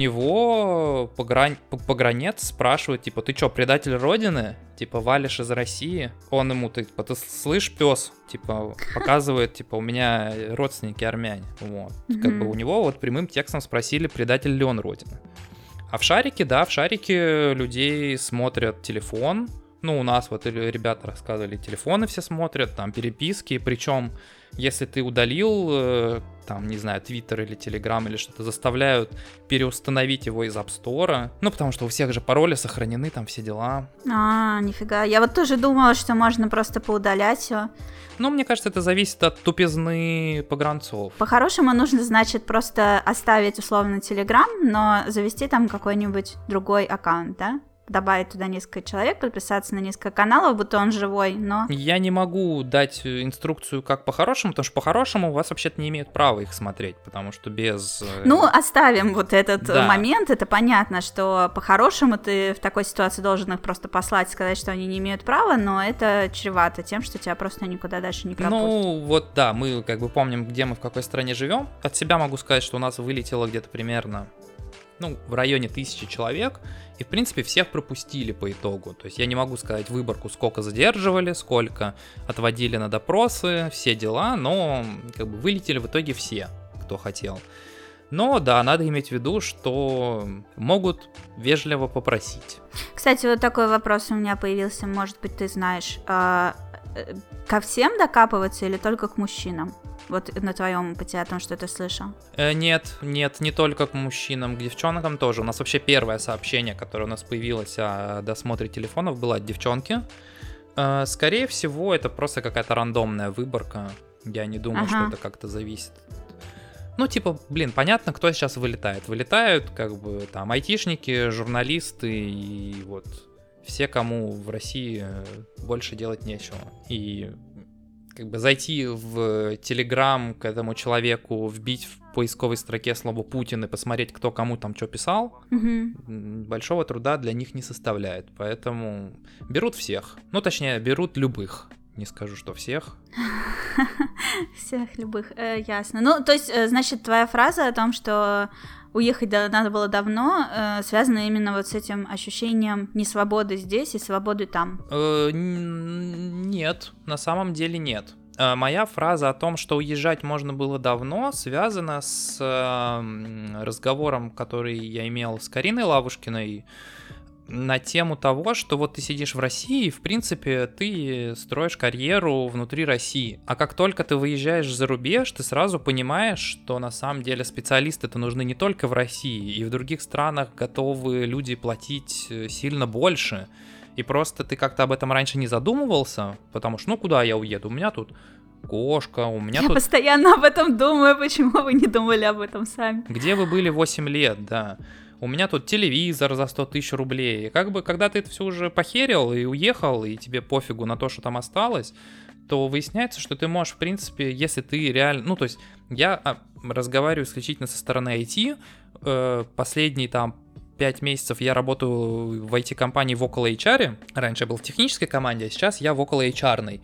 него погран... погранец спрашивает, типа, ты чё, предатель родины? Типа, валишь из России? Он ему, типа, ты слышь, пес? Типа, показывает, типа, у меня родственники армяне. Вот. Mm-hmm. Как бы у него вот прямым текстом спросили, предатель ли он родины. А в шарике, да, в шарике людей смотрят телефон. Ну, у нас вот ребята рассказывали, телефоны все смотрят, там переписки, причем если ты удалил, там, не знаю, Твиттер или Телеграм или что-то, заставляют переустановить его из App Store, ну, потому что у всех же пароли сохранены, там все дела. А, нифига, я вот тоже думала, что можно просто поудалять все. Ну, мне кажется, это зависит от тупизны погранцов. По-хорошему нужно, значит, просто оставить условно Телеграм, но завести там какой-нибудь другой аккаунт, да? Добавить туда несколько человек, подписаться на несколько каналов, будто он живой, но... Я не могу дать инструкцию, как по-хорошему, потому что по-хорошему у вас вообще-то не имеют права их смотреть, потому что без... Ну, оставим вот этот да. момент, это понятно, что по-хорошему ты в такой ситуации должен их просто послать, сказать, что они не имеют права, но это чревато тем, что тебя просто никуда дальше не пропустят. Ну, вот да, мы как бы помним, где мы, в какой стране живем. От себя могу сказать, что у нас вылетело где-то примерно... ну, в районе тысячи человек, и, в принципе, всех пропустили по итогу. То есть я не могу сказать выборку, сколько задерживали, сколько отводили на допросы, все дела, но как бы вылетели в итоге все, кто хотел. Но, да, надо иметь в виду, что могут вежливо попросить. Кстати, вот такой вопрос у меня появился, может быть, ты знаешь. А, ко всем докапываться или только к мужчинам? Вот на твоем опыте о том, что ты слышал? Э, нет, нет, не только к мужчинам, к девчонкам тоже. У нас вообще первое сообщение, которое у нас появилось о досмотре телефонов, было от девчонки. Э, скорее всего, это просто какая-то рандомная выборка. Я не думаю, ага. что это как-то зависит. Ну, типа, блин, понятно, кто сейчас вылетает. Вылетают, как бы, там, айтишники, журналисты и вот все, кому в России больше делать нечего. И... как бы зайти в Телеграм к этому человеку, вбить в поисковой строке слово «Путин» и посмотреть, кто кому там что писал, mm-hmm. большого труда для них не составляет. Поэтому берут всех. Ну, точнее, берут любых. Не скажу, что всех. Всех любых, э, ясно. Ну, то есть, э, значит, твоя фраза о том, что уехать надо было давно, э, связана именно вот с этим ощущением несвободы здесь и свободы там? Э, нет, на самом деле нет. Э, моя фраза о том, что уезжать можно было давно, связана с э, разговором, который я имел с Кариной Лавушкиной, на тему того, что вот ты сидишь в России, и, в принципе, ты строишь карьеру внутри России. А как только ты выезжаешь за рубеж, ты сразу понимаешь, что на самом деле специалисты-то нужны не только в России, и в других странах готовы люди платить сильно больше. И просто ты как-то об этом раньше не задумывался, потому что, ну, куда я уеду? У меня тут кошка, у меня я тут... Я постоянно об этом думаю, почему вы не думали об этом сами? Где вы были восемь лет, да. У меня тут телевизор за сто тысяч рублей. И как бы, когда ты это все уже похерил и уехал, и тебе пофигу на то, что там осталось, то выясняется, что ты можешь, в принципе, если ты реально... Ну, то есть я разговариваю исключительно со стороны ай ти. Последние там пять месяцев я работаю в ай ти-компании в около эйч ар. Раньше я был в технической команде, а сейчас я в около эйч ар-ной.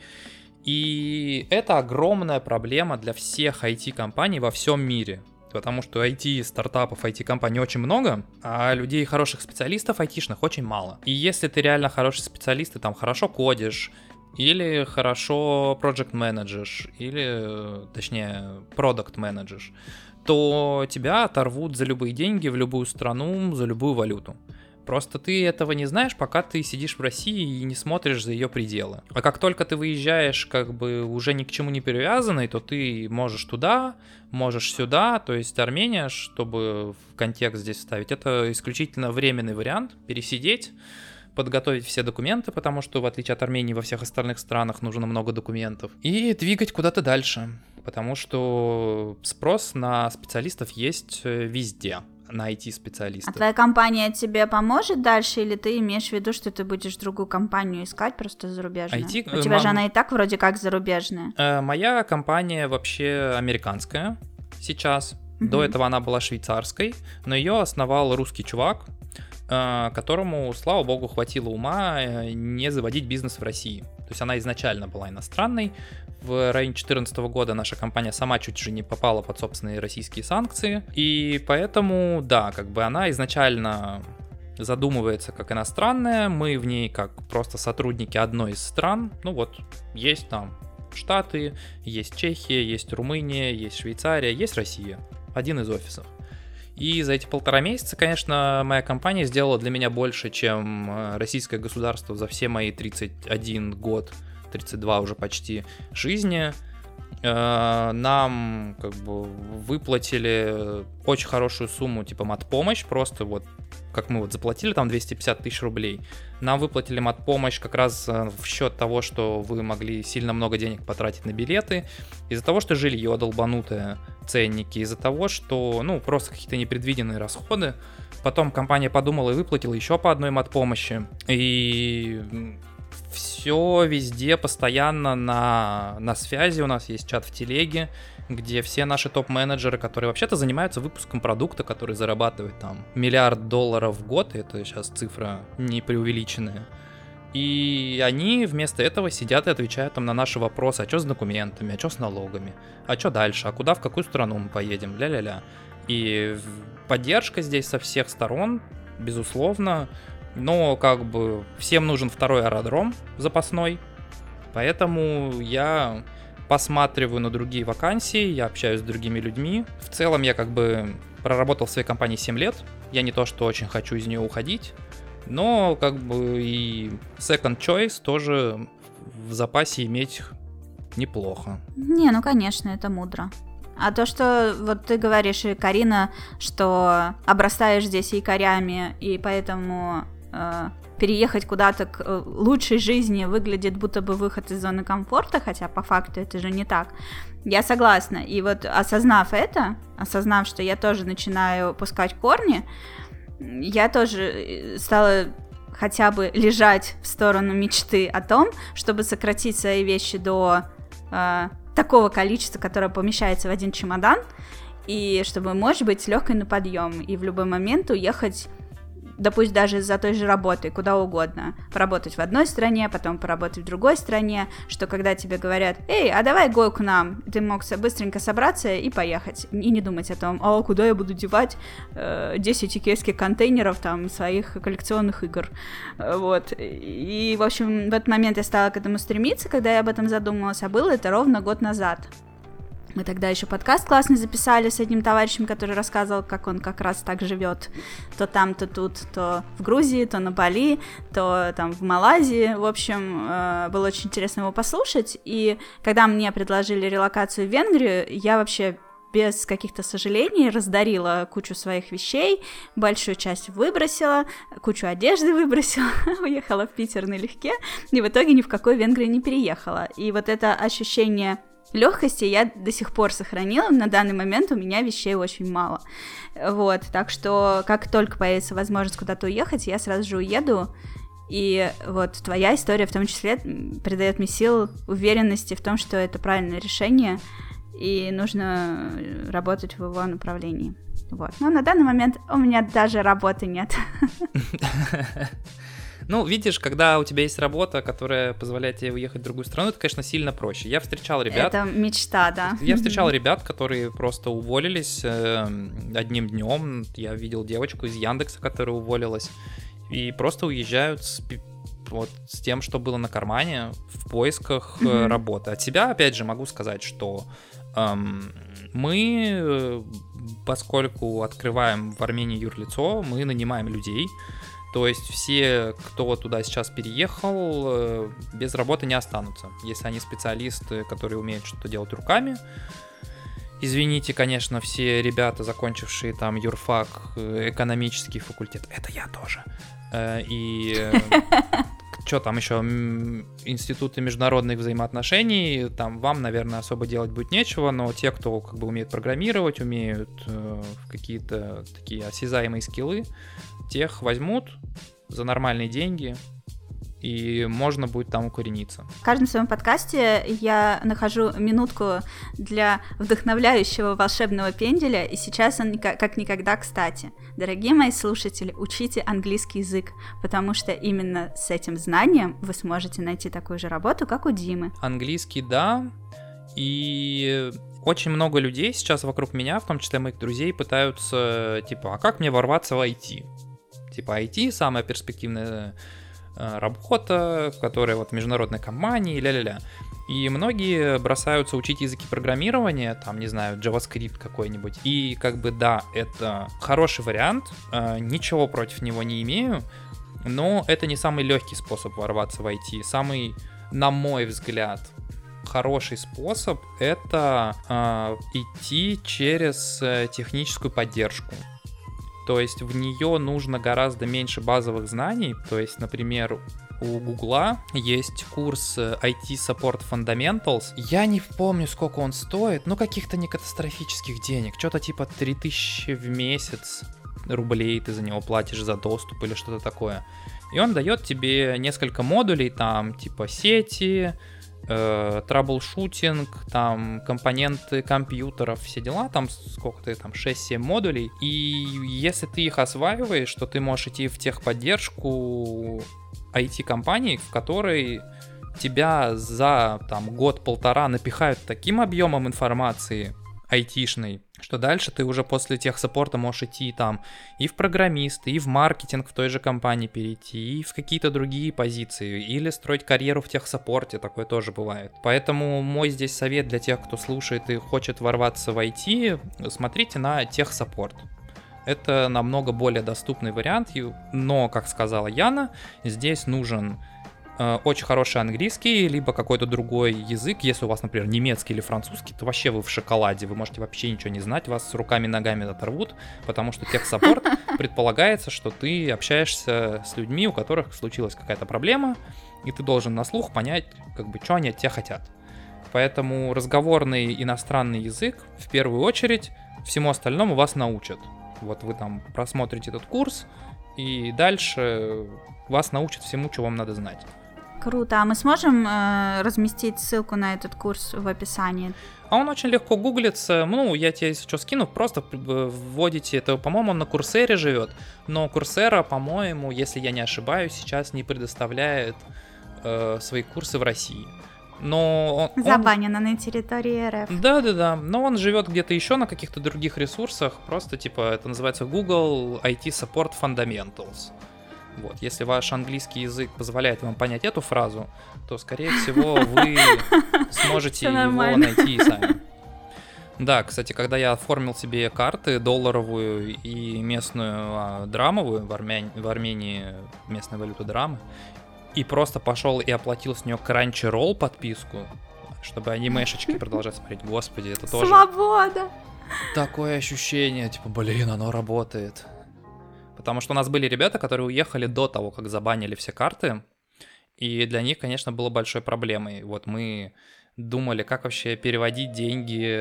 И это огромная проблема для всех ай ти-компаний во всем мире. Потому что ай ти-стартапов, ай ти-компаний очень много, а людей, хороших специалистов айтишных очень мало. И если ты реально хороший специалист, ты там хорошо кодишь, или хорошо project менеджешь, или, точнее, продукт менеджешь, то тебя оторвут за любые деньги в любую страну, за любую валюту. Просто ты этого не знаешь, пока ты сидишь в России и не смотришь за ее пределы. А как только ты выезжаешь, как бы уже ни к чему не привязанный, то ты можешь туда, можешь сюда. То есть Армения, чтобы в контекст здесь вставить, это исключительно временный вариант. Пересидеть, подготовить все документы, потому что, в отличие от Армении, во всех остальных странах нужно много документов. И двигать куда-то дальше, потому что спрос на специалистов есть везде. На ай ти-специалистов. А твоя компания тебе поможет дальше, или ты имеешь в виду, что ты будешь другую компанию искать, просто зарубежную? ай ти... У тебя м- же она и так вроде как зарубежная. Э, моя компания вообще американская сейчас. Mm-hmm. До этого она была швейцарской, но ее основал русский чувак. которому, слава богу, хватило ума не заводить бизнес в России. То есть она изначально была иностранной. В районе две тысячи четырнадцатого года наша компания сама чуть же не попала под собственные российские санкции. И поэтому, да, как бы она изначально задумывается как иностранная. Мы в ней как просто сотрудники одной из стран. Ну вот, есть там Штаты, есть Чехия, есть Румыния, есть Швейцария, есть Россия. Один из офисов. И за эти полтора месяца, конечно, моя компания сделала для меня больше, чем российское государство за все мои тридцать один год, тридцать два уже почти жизни. Нам как бы выплатили очень хорошую сумму, типа матпомощь, просто вот как мы вот заплатили там двести пятьдесят тысяч рублей. Нам выплатили матпомощь как раз в счет того, что вы могли сильно много денег потратить на билеты, из-за того, что жилье долбанутое, ценники, из-за того, что, ну, просто какие-то непредвиденные расходы. Потом компания подумала и выплатила еще по одной матпомощи. И все везде постоянно на, на связи. У нас есть чат в телеге, где все наши топ-менеджеры, которые вообще-то занимаются выпуском продукта, который зарабатывает там миллиард долларов в год, это сейчас цифра не преувеличенная, и они вместо этого сидят и отвечают там на наши вопросы, а что с документами, а что с налогами, а что дальше, а куда, в какую страну мы поедем, ля-ля-ля. И поддержка здесь со всех сторон, безусловно, но как бы всем нужен второй аэродром запасной, поэтому я посматриваю на другие вакансии, я общаюсь с другими людьми. В целом я как бы проработал в своей компании семь лет, я не то что очень хочу из нее уходить, но как бы и second choice тоже в запасе иметь неплохо. Не, ну конечно, это мудро. А то, что вот ты говоришь, и Карина, что обрастаешь здесь якорями, и поэтому э, переехать куда-то к лучшей жизни выглядит будто бы выход из зоны комфорта, хотя по факту это же не так. Я согласна. И вот осознав это, осознав, что я тоже начинаю пускать корни, я тоже стала хотя бы лежать в сторону мечты о том, чтобы сократить свои вещи до э, такого количества, которое помещается в один чемодан, и чтобы, может быть, легкой на подъем, и в любой момент уехать, да пусть даже за той же работой, куда угодно, поработать в одной стране, потом поработать в другой стране, что когда тебе говорят: эй, а давай го к нам, ты мог быстренько собраться и поехать, и не думать о том, а куда я буду девать э, десять икейских контейнеров там своих коллекционных игр, вот, и, в общем, в этот момент я стала к этому стремиться, когда я об этом задумалась, а было это ровно год назад. Мы тогда еще подкаст классный записали с одним товарищем, который рассказывал, как он как раз так живет. То там, то тут, то в Грузии, то на Бали, то там в Малайзии. В общем, было очень интересно его послушать. И когда мне предложили релокацию в Венгрию, я вообще без каких-то сожалений раздарила кучу своих вещей, большую часть выбросила, кучу одежды выбросила, уехала в Питер налегке, и в итоге ни в какой Венгрии не переехала. И вот это ощущение легкости я до сих пор сохранила. На данный момент у меня вещей очень мало. Вот, так что как только появится возможность куда-то уехать, я сразу же уеду. И вот твоя история в том числе придает мне сил, уверенности в том, что это правильное решение, и нужно работать в его направлении. Вот. Но на данный момент у меня даже работы нет. Ну, видишь, когда у тебя есть работа, которая позволяет тебе уехать в другую страну, это, конечно, сильно проще. Я встречал ребят... Это мечта, да. Я встречал ребят, которые просто уволились э, одним днем. Я видел девочку из Яндекса, которая уволилась, и просто уезжают с, вот, с тем, что было на кармане, в поисках э, mm-hmm. работы. От себя, опять же, могу сказать, что эм, мы, поскольку открываем в Армении юрлицо, мы нанимаем людей. То есть все, кто туда сейчас переехал, без работы не останутся, если они специалисты, которые умеют что-то делать руками. Извините, конечно, все ребята, закончившие там юрфак, экономический факультет, это я тоже. И что там еще, институты международных взаимоотношений, там вам, наверное, особо делать будет нечего, но те, кто как бы умеет программировать, умеют какие-то такие осязаемые скиллы, тех возьмут за нормальные деньги и можно будет там укорениться. В каждом своем подкасте я нахожу минутку для вдохновляющего волшебного пенделя, и сейчас он как никогда кстати. Дорогие мои слушатели, учите английский язык, потому что именно с этим знанием вы сможете найти такую же работу, как у Димы. Английский, да, и очень много людей сейчас вокруг меня, в том числе моих друзей, пытаются, типа, а как мне ворваться в ай ти? Типа, ай ти самая перспективная работа, которая вот в международной компании, ля-ля-ля. И многие бросаются учить языки программирования, там, не знаю, JavaScript какой-нибудь. И как бы да, это хороший вариант, ничего против него не имею, но это не самый легкий способ ворваться в ай ти. Самый, на мой взгляд, хороший способ — это э, идти через техническую поддержку. То есть в нее нужно гораздо меньше базовых знаний. То есть, например, у Гугла есть курс ай ти Support Fundamentals. Я не помню, сколько он стоит, но каких-то не катастрофических денег. Что-то типа три тысячи в месяц рублей ты за него платишь за доступ или что-то такое. И он дает тебе несколько модулей, там типа сети, траблшутинг, там компоненты компьютеров, все дела, там сколько-то там шесть-семь модулей, и если ты их осваиваешь, то ты можешь идти в техподдержку ай ти-компании, в которой тебя за там год-полтора напихают таким объемом информации айтишной, что дальше ты уже после техсаппорта можешь идти там и в программисты, и в маркетинг в той же компании перейти, и в какие-то другие позиции, или строить карьеру в техсаппорте, такое тоже бывает. Поэтому мой здесь совет для тех, кто слушает и хочет ворваться в ай ти, смотрите на техсаппорт. Это намного более доступный вариант, но, как сказала Яна, здесь нужен очень хороший английский, либо какой-то другой язык. Если у вас, например, немецкий или французский, то вообще вы в шоколаде, вы можете вообще ничего не знать, вас руками и ногами оторвут, потому что техсаппорт предполагается, что ты общаешься с людьми, у которых случилась какая-то проблема, и ты должен на слух понять, как бы, что они от тебя хотят. Поэтому разговорный иностранный язык в первую очередь, всему остальному вас научат. Вот вы там просмотрите этот курс, и дальше вас научат всему, что вам надо знать. Круто. А мы сможем э, разместить ссылку на этот курс в описании? А он очень легко гуглится. Ну, я тебе, если что, скину, просто вводите это. По-моему, он на Курсере живет. Но Курсера, по-моему, если я не ошибаюсь, сейчас не предоставляет э, свои курсы в России. Но он, забанено он... на территории эр эф. Да-да-да, но он живет где-то еще на каких-то других ресурсах. Просто, типа, это называется Google ай ти Support Fundamentals. Вот, если ваш английский язык позволяет вам понять эту фразу, то, скорее всего, вы сможете его найти сами. Да, кстати, когда я оформил себе карты долларовую и местную драмовую, в Армянии, в Армении местная валюта драмы, и просто пошел и оплатил с нее Crunchyroll подписку, чтобы анимешечки продолжать смотреть. Господи, это тоже... Свобода! Такое ощущение, типа, блин, оно работает. Потому что у нас были ребята, которые уехали до того, как забанили все карты, и для них, конечно, было большой проблемой. Вот мы думали, как вообще переводить деньги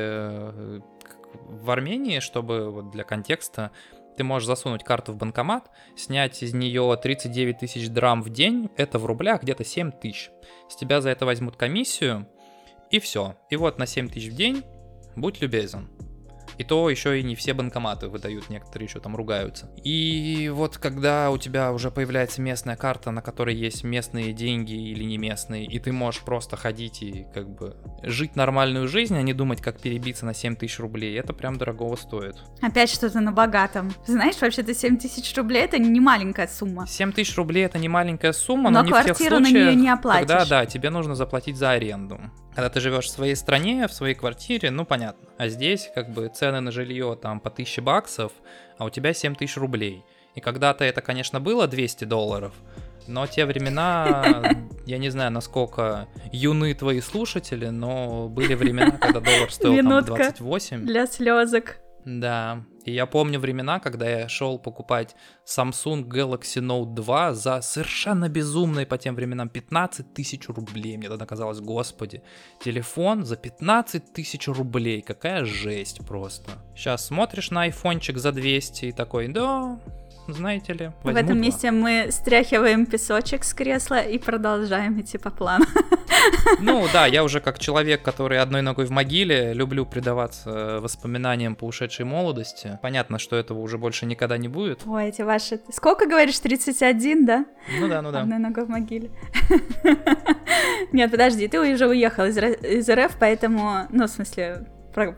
в Армении, чтобы, вот для контекста, ты можешь засунуть карту в банкомат, снять из нее тридцать девять тысяч драм в день, это в рублях где-то семь тысяч. С тебя за это возьмут комиссию, и все. И вот на семь тысяч в день будь любезен. И то еще и не все банкоматы выдают, некоторые еще там ругаются. И вот когда у тебя уже появляется местная карта, на которой есть местные деньги или не местные, и ты можешь просто ходить и как бы жить нормальную жизнь, а не думать, как перебиться на семь тысяч рублей, это прям дорогого стоит. Опять что-то на богатом. Знаешь, вообще-то семь тысяч рублей — это не маленькая сумма. семь тысяч рублей — это не маленькая сумма, но, но не в тех случаях, на нее не оплатишь. Когда, да, тебе нужно заплатить за аренду. Когда ты живешь в своей стране, в своей квартире, ну понятно. А здесь как бы цены на жилье там по тысяче баксов, а у тебя семь тысяч рублей. И когда-то это, конечно, было двести долларов, но те времена, я не знаю, насколько юны твои слушатели, но были времена, когда доллар стоил там двадцать восемь. Для слезок. Да, и я помню времена, когда я шел покупать Samsung Galaxy Note два за совершенно безумные по тем временам пятнадцать тысяч рублей. Мне тогда казалось, господи, телефон за пятнадцать тысяч рублей, какая жесть просто. Сейчас смотришь на айфончик за двести и такой, да, знаете ли, возьму В этом два. месте мы стряхиваем песочек с кресла и продолжаем идти по плану. Ну да, я уже как человек, который одной ногой в могиле, люблю предаваться воспоминаниям по ушедшей молодости. Понятно, что этого уже больше никогда не будет. Ой, эти ваши... Сколько, говоришь, тридцать один, да? Ну да, ну да. Одной ногой в могиле. Нет, подожди, ты уже уехал из, из РФ, поэтому... Ну, в смысле... Про...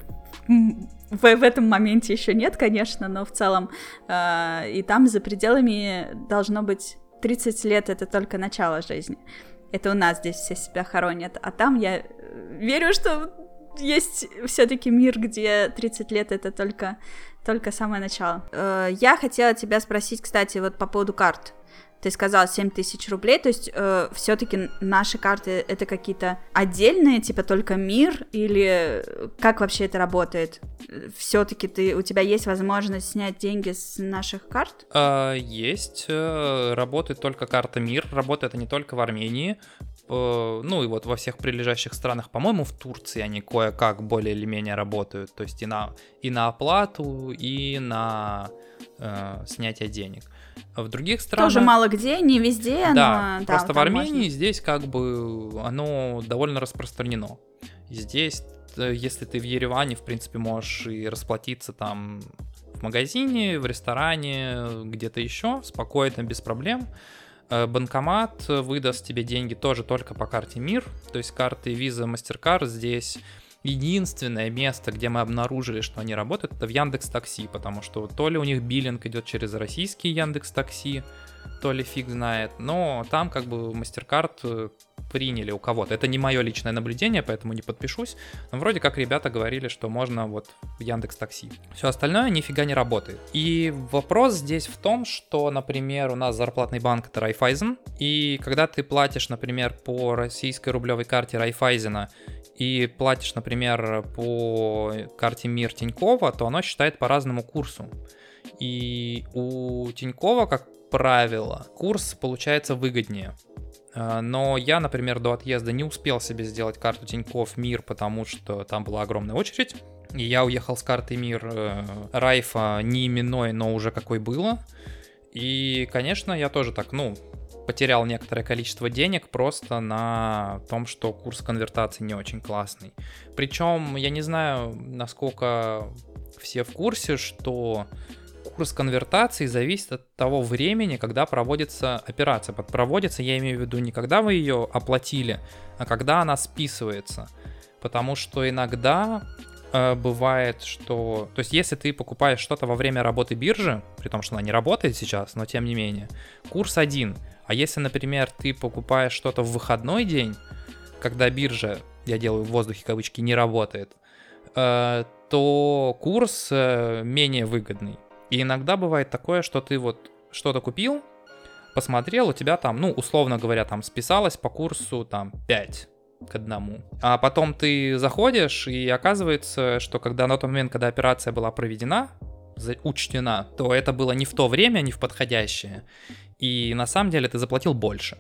В, в этом моменте еще нет, конечно, но в целом э, и там за пределами должно быть тридцать лет, это только начало жизни. Это у нас здесь все себя хоронят, а там я верю, что есть все-таки мир, где тридцать лет это только, только самое начало. Э, я хотела тебя спросить, кстати, вот по поводу карт. Ты сказал семь тысяч рублей, то есть э, все-таки наши карты это какие-то отдельные, типа только мир, или как вообще это работает? Все-таки ты, у тебя есть возможность снять деньги с наших карт? А, есть, работает только карта мир, работает это не только в Армении, ну и вот во всех прилежащих странах, по-моему, в Турции они кое-как более или менее работают, то есть и на, и на оплату, и на э, снятие денег. В других странах... Тоже мало где, не везде, да, но... просто да, в Армении можно. здесь как бы оно довольно распространено. Здесь, если ты в Ереване, в принципе, можешь и расплатиться там в магазине, в ресторане, где-то еще, спокойно, без проблем. Банкомат выдаст тебе деньги тоже только по карте МИР, то есть карты Visa, MasterCard здесь... Единственное место, где мы обнаружили, что они работают, это в Яндекс.Такси, потому что то ли у них биллинг идет через российский Яндекс.Такси, то ли фиг знает, но там как бы MasterCard приняли у кого-то. Это не мое личное наблюдение, поэтому не подпишусь, но вроде как ребята говорили, что можно вот в Яндекс.Такси. Все остальное нифига не работает. И вопрос здесь в том, что, например, у нас зарплатный банк это Райфайзен, и когда ты платишь, например, по российской рублевой карте Райфайзена, и платишь, например, по карте МИР Тинькова, то оно считает по разному курсу. И у Тинькова, как правило, курс получается выгоднее. Но я, например, до отъезда не успел себе сделать карту Тинькофф МИР, потому что там была огромная очередь. И я уехал с картой МИР Райфа не именной, но уже какой было. И, конечно, я тоже так, ну... потерял некоторое количество денег просто на том, что курс конвертации не очень классный. Причем я не знаю, насколько все в курсе, что курс конвертации зависит от того времени, когда проводится операция. Под проводится, я имею в виду не когда вы ее оплатили, а когда она списывается. Потому что иногда э, бывает, что... То есть если ты покупаешь что-то во время работы биржи, при том, что она не работает сейчас, но тем не менее, курс один. А если, например, ты покупаешь что-то в выходной день, когда биржа, я делаю в воздухе кавычки, не работает, э, то курс э, менее выгодный. И иногда бывает такое, что ты вот что-то купил, посмотрел, у тебя там, ну, условно говоря, там списалось по курсу там пять к одному. А потом ты заходишь, и оказывается, что когда на тот момент, когда операция была проведена, учтена, то это было не в то время, не в подходящее. И на самом деле ты заплатил больше.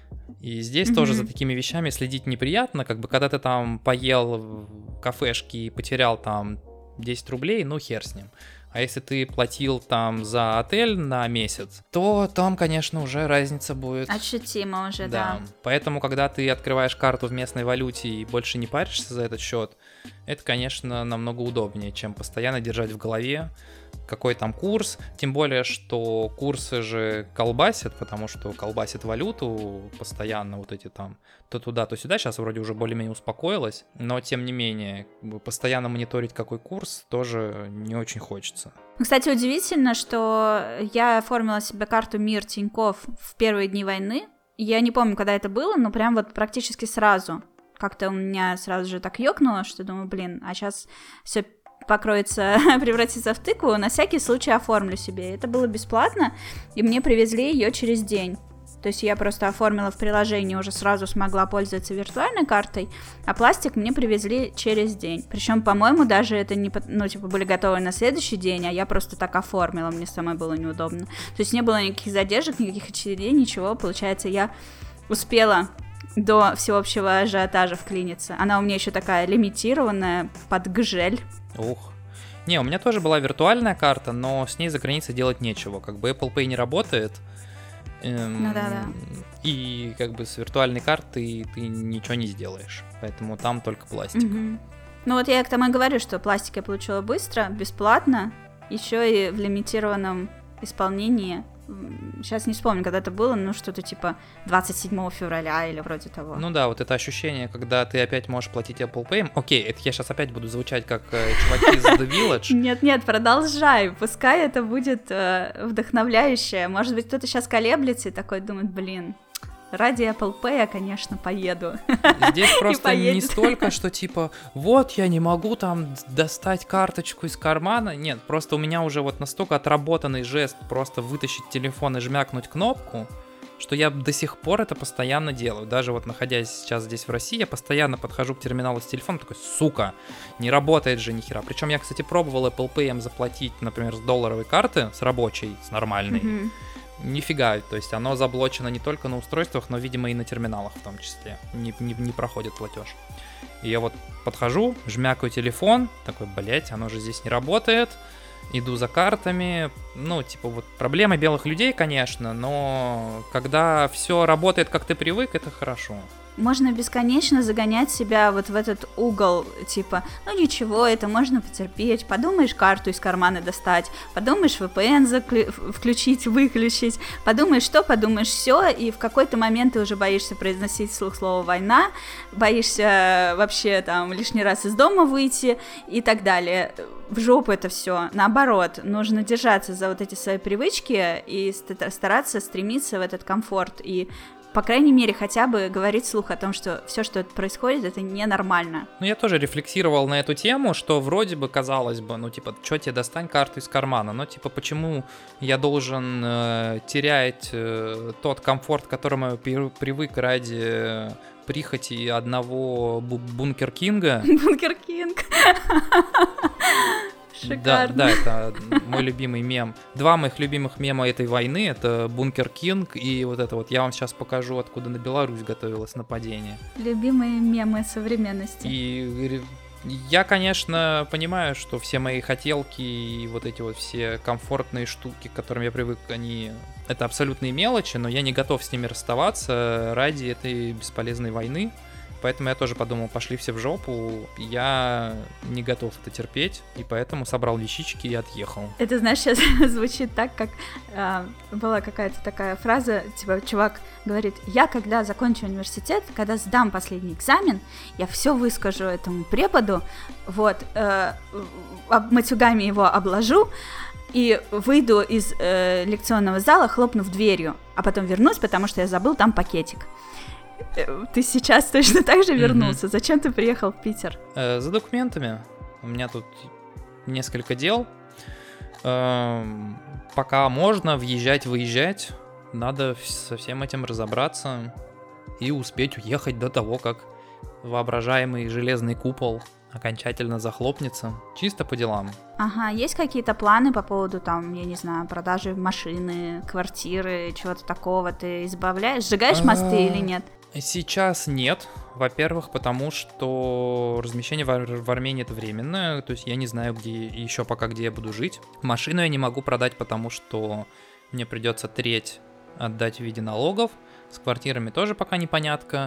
И здесь mm-hmm. тоже за такими вещами следить неприятно. Как бы когда ты там поел в кафешке и потерял там десять рублей, ну хер с ним. А если ты платил там за отель на месяц, то там, конечно, уже разница будет. Ощутимо уже, да. Да. Поэтому, когда ты открываешь карту в местной валюте и больше не паришься за этот счет, это, конечно, намного удобнее, чем постоянно держать в голове, какой там курс. Тем более, что курсы же колбасят, потому что колбасит валюту постоянно, вот эти там то туда, то сюда. Сейчас вроде уже более-менее успокоилась, но тем не менее, постоянно мониторить какой курс тоже не очень хочется. Кстати, удивительно, что я оформила себе карту МИР Тинькофф в первые дни войны. Я не помню, когда это было, но прям вот практически сразу. Как-то у меня сразу же так ёкнуло, что думаю, блин, а сейчас все покроется, превратится в тыкву, на всякий случай оформлю себе. Это было бесплатно, и мне привезли ее через день. То есть я просто оформила в приложении, уже сразу смогла пользоваться виртуальной картой, а пластик мне привезли через день. Причем, по-моему, даже это не, ну, типа, были готовы на следующий день, а я просто так оформила, мне самой было неудобно. То есть не было никаких задержек, никаких очередей, ничего. Получается, я успела до всеобщего ажиотажа вклиниться. Она у меня еще такая лимитированная, под гжель. Ух. Не, у меня тоже была виртуальная карта, но с ней за границей делать нечего. Как бы Apple Pay не работает. Эм, Ну да, да. И как бы с виртуальной картой ты ничего не сделаешь. Поэтому там только пластик. Мгм. Ну вот я к тому и говорю, что пластик я получила быстро, бесплатно, еще и в лимитированном исполнении. Сейчас не вспомню, когда это было, ну что-то типа двадцать седьмого февраля или вроде того. Ну да, вот это ощущение, когда ты опять можешь платить Apple Pay. Окей, это я сейчас опять буду звучать как э, чуваки из The Village. Нет-нет, продолжай, пускай это будет э, вдохновляюще. Может быть, кто-то сейчас колеблется и такой думает, блин, ради Apple Pay я, конечно, поеду. Здесь просто не поедет. столько, что типа, вот я не могу там достать карточку из кармана. Нет, просто у меня уже вот настолько отработанный жест просто вытащить телефон и жмякнуть кнопку, что я до сих пор это постоянно делаю. Даже вот находясь сейчас здесь в России, я постоянно подхожу к терминалу с телефоном, такой, сука, не работает же нихера. Причем я, кстати, пробовал Apple Pay заплатить, например, с долларовой карты, с рабочей, с нормальной. Мгм. Нифига, то есть оно заблочено не только на устройствах, но, видимо, и на терминалах в том числе. Не, не, не проходит платеж. И я вот подхожу, жмякаю телефон, такой, блять, оно же здесь не работает. Иду за картами. Ну, типа, вот проблема белых людей, конечно, но когда все работает, как ты привык, это хорошо. Можно бесконечно загонять себя вот в этот угол, типа, ну ничего, это можно потерпеть, подумаешь карту из кармана достать, подумаешь ви пи эн заклю- включить, выключить, подумаешь что, подумаешь все, и в какой-то момент ты уже боишься произносить вслух слово «война», боишься вообще там лишний раз из дома выйти и так далее. В жопу это все. Наоборот, нужно держаться за вот эти свои привычки и стараться стремиться в этот комфорт и по крайней мере, хотя бы говорить вслух о том, что все, что происходит, это ненормально. Ну, я тоже рефлексировал на эту тему, что вроде бы казалось бы, ну, типа, что тебе достань карту из кармана? Но, типа, почему я должен э, терять э, тот комфорт, к которому я при- привык ради прихоти одного бу- Бункер Кинга? Бункер Кинг. Да, Шикарно. да, это мой любимый мем. Два моих любимых мема этой войны — это Бункер Кинг и вот это вот. Я вам сейчас покажу, откуда на Беларусь готовилось нападение. Любимые мемы современности. И я, конечно, понимаю, что все мои хотелки и вот эти вот все комфортные штуки, к которым я привык, они... Это абсолютные мелочи, но я не готов с ними расставаться ради этой бесполезной войны. Поэтому я тоже подумал, пошли все в жопу, я не готов это терпеть, и поэтому собрал вещички и отъехал. Это, знаешь, сейчас звучит так, как э, была какая-то такая фраза, типа, чувак говорит, я когда закончу университет, когда сдам последний экзамен, я все выскажу этому преподу, вот, э, матюгами его обложу, и выйду из э, лекционного зала, хлопнув дверью, а потом вернусь, потому что я забыл там пакетик. Ты сейчас точно так же вернулся? Mm-hmm. Зачем ты приехал в Питер? Э, за документами. У меня тут несколько дел. Э, пока можно въезжать, выезжать, надо со всем этим разобраться и успеть уехать до того, как воображаемый железный купол окончательно захлопнется. Чисто по делам. Ага, есть какие-то планы по поводу, там, я не знаю, продажи машины, квартиры, чего-то такого? Ты избавляешь, сжигаешь мосты или нет? Сейчас нет. Во-первых, потому что размещение в, Ар- в Армении это временное, то есть я не знаю, где еще пока где я буду жить. Машину я не могу продать, потому что мне придется треть отдать в виде налогов. С квартирами тоже пока непонятка.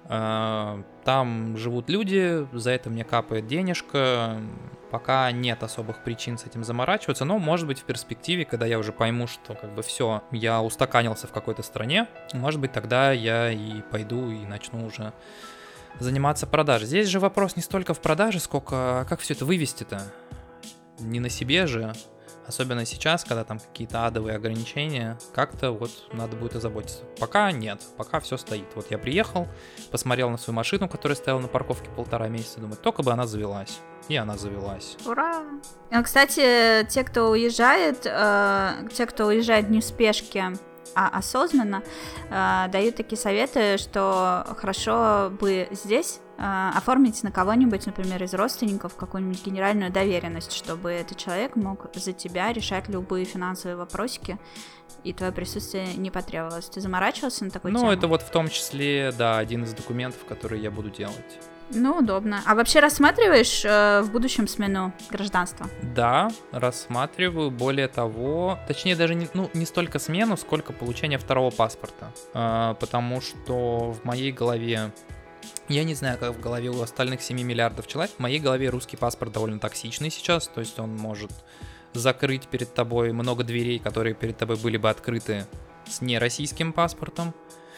Там живут люди, за это мне капает денежка. Пока нет особых причин с этим заморачиваться, но, может быть, в перспективе, когда я уже пойму, что как бы все, я устаканился в какой-то стране, может быть, тогда я и пойду и начну уже заниматься продажей. Здесь же вопрос не столько в продаже, сколько как все это вывести-то. Не на себе же. Особенно сейчас, когда там какие-то адовые ограничения, как-то вот надо будет озаботиться. Пока нет, пока все стоит. Вот я приехал, посмотрел на свою машину, которая стояла на парковке полтора месяца, думаю, только бы она завелась. И она завелась. Ура! Кстати, те, кто уезжает, э, те, кто уезжает не в спешке, а осознанно, э, дают такие советы, что хорошо бы здесь э, оформить на кого-нибудь, например, из родственников, какую-нибудь генеральную доверенность, чтобы этот человек мог за тебя решать любые финансовые вопросики, и твое присутствие не потребовалось. Ты заморачивался на такую ну, тему? Ну, это вот в том числе, да, один из документов, который я буду делать. Ну, удобно. А вообще рассматриваешь э, в будущем смену гражданства? Да, рассматриваю. Более того, точнее даже не, ну, не столько смену, сколько получение второго паспорта. Э, потому что в моей голове, я не знаю, как в голове у остальных семи миллиардов человек, в моей голове русский паспорт довольно токсичный сейчас, то есть он может закрыть перед тобой много дверей, которые перед тобой были бы открыты с нероссийским паспортом.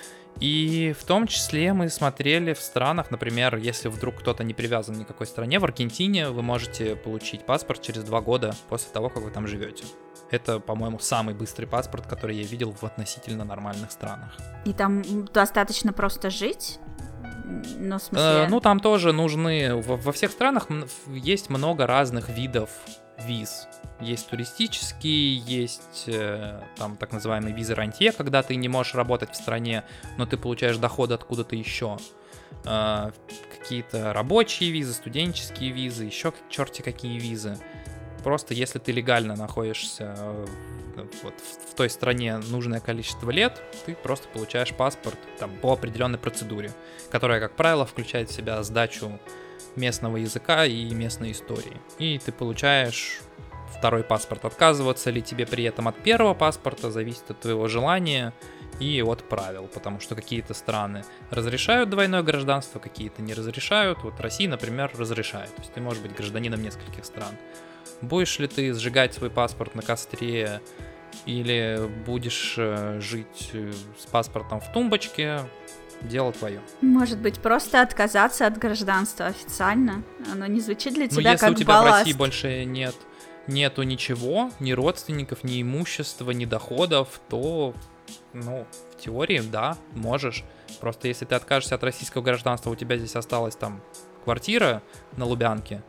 И в том числе мы смотрели в странах, например, если вдруг кто-то не привязан ни к какой стране, в Аргентине вы можете получить паспорт через два года после того, как вы там живете. Это, по-моему, самый быстрый паспорт, который я видел в относительно нормальных странах. И там достаточно просто жить? Ну, в смысле... Э, ну, там тоже нужны... Во, во всех странах есть много разных видов виз. Есть туристические, есть э, там так называемые визы рантье, когда ты не можешь работать в стране, но ты получаешь доходы откуда-то еще. Э, какие-то рабочие визы, студенческие визы, еще черти какие визы. Просто если ты легально находишься э, вот, в, в той стране нужное количество лет, ты просто получаешь паспорт там, по определенной процедуре, которая, как правило, включает в себя сдачу местного языка и местной истории. И ты получаешь второй паспорт. Отказываться ли тебе при этом от первого паспорта зависит от твоего желания и от правил, потому что какие-то страны разрешают двойное гражданство, какие-то не разрешают. Вот Россия, например, разрешает. То есть ты можешь быть гражданином нескольких стран. Будешь ли ты сжигать свой паспорт на костре или будешь жить с паспортом в тумбочке, дело твое. Может быть, просто отказаться от гражданства официально? Оно не звучит для тебя если как у тебя балласт. в России больше нет, нету ничего, ни родственников, ни имущества, ни доходов, то, ну, в теории, да, можешь. Просто если ты откажешься от российского гражданства, у тебя здесь осталась там квартира на Лубянке,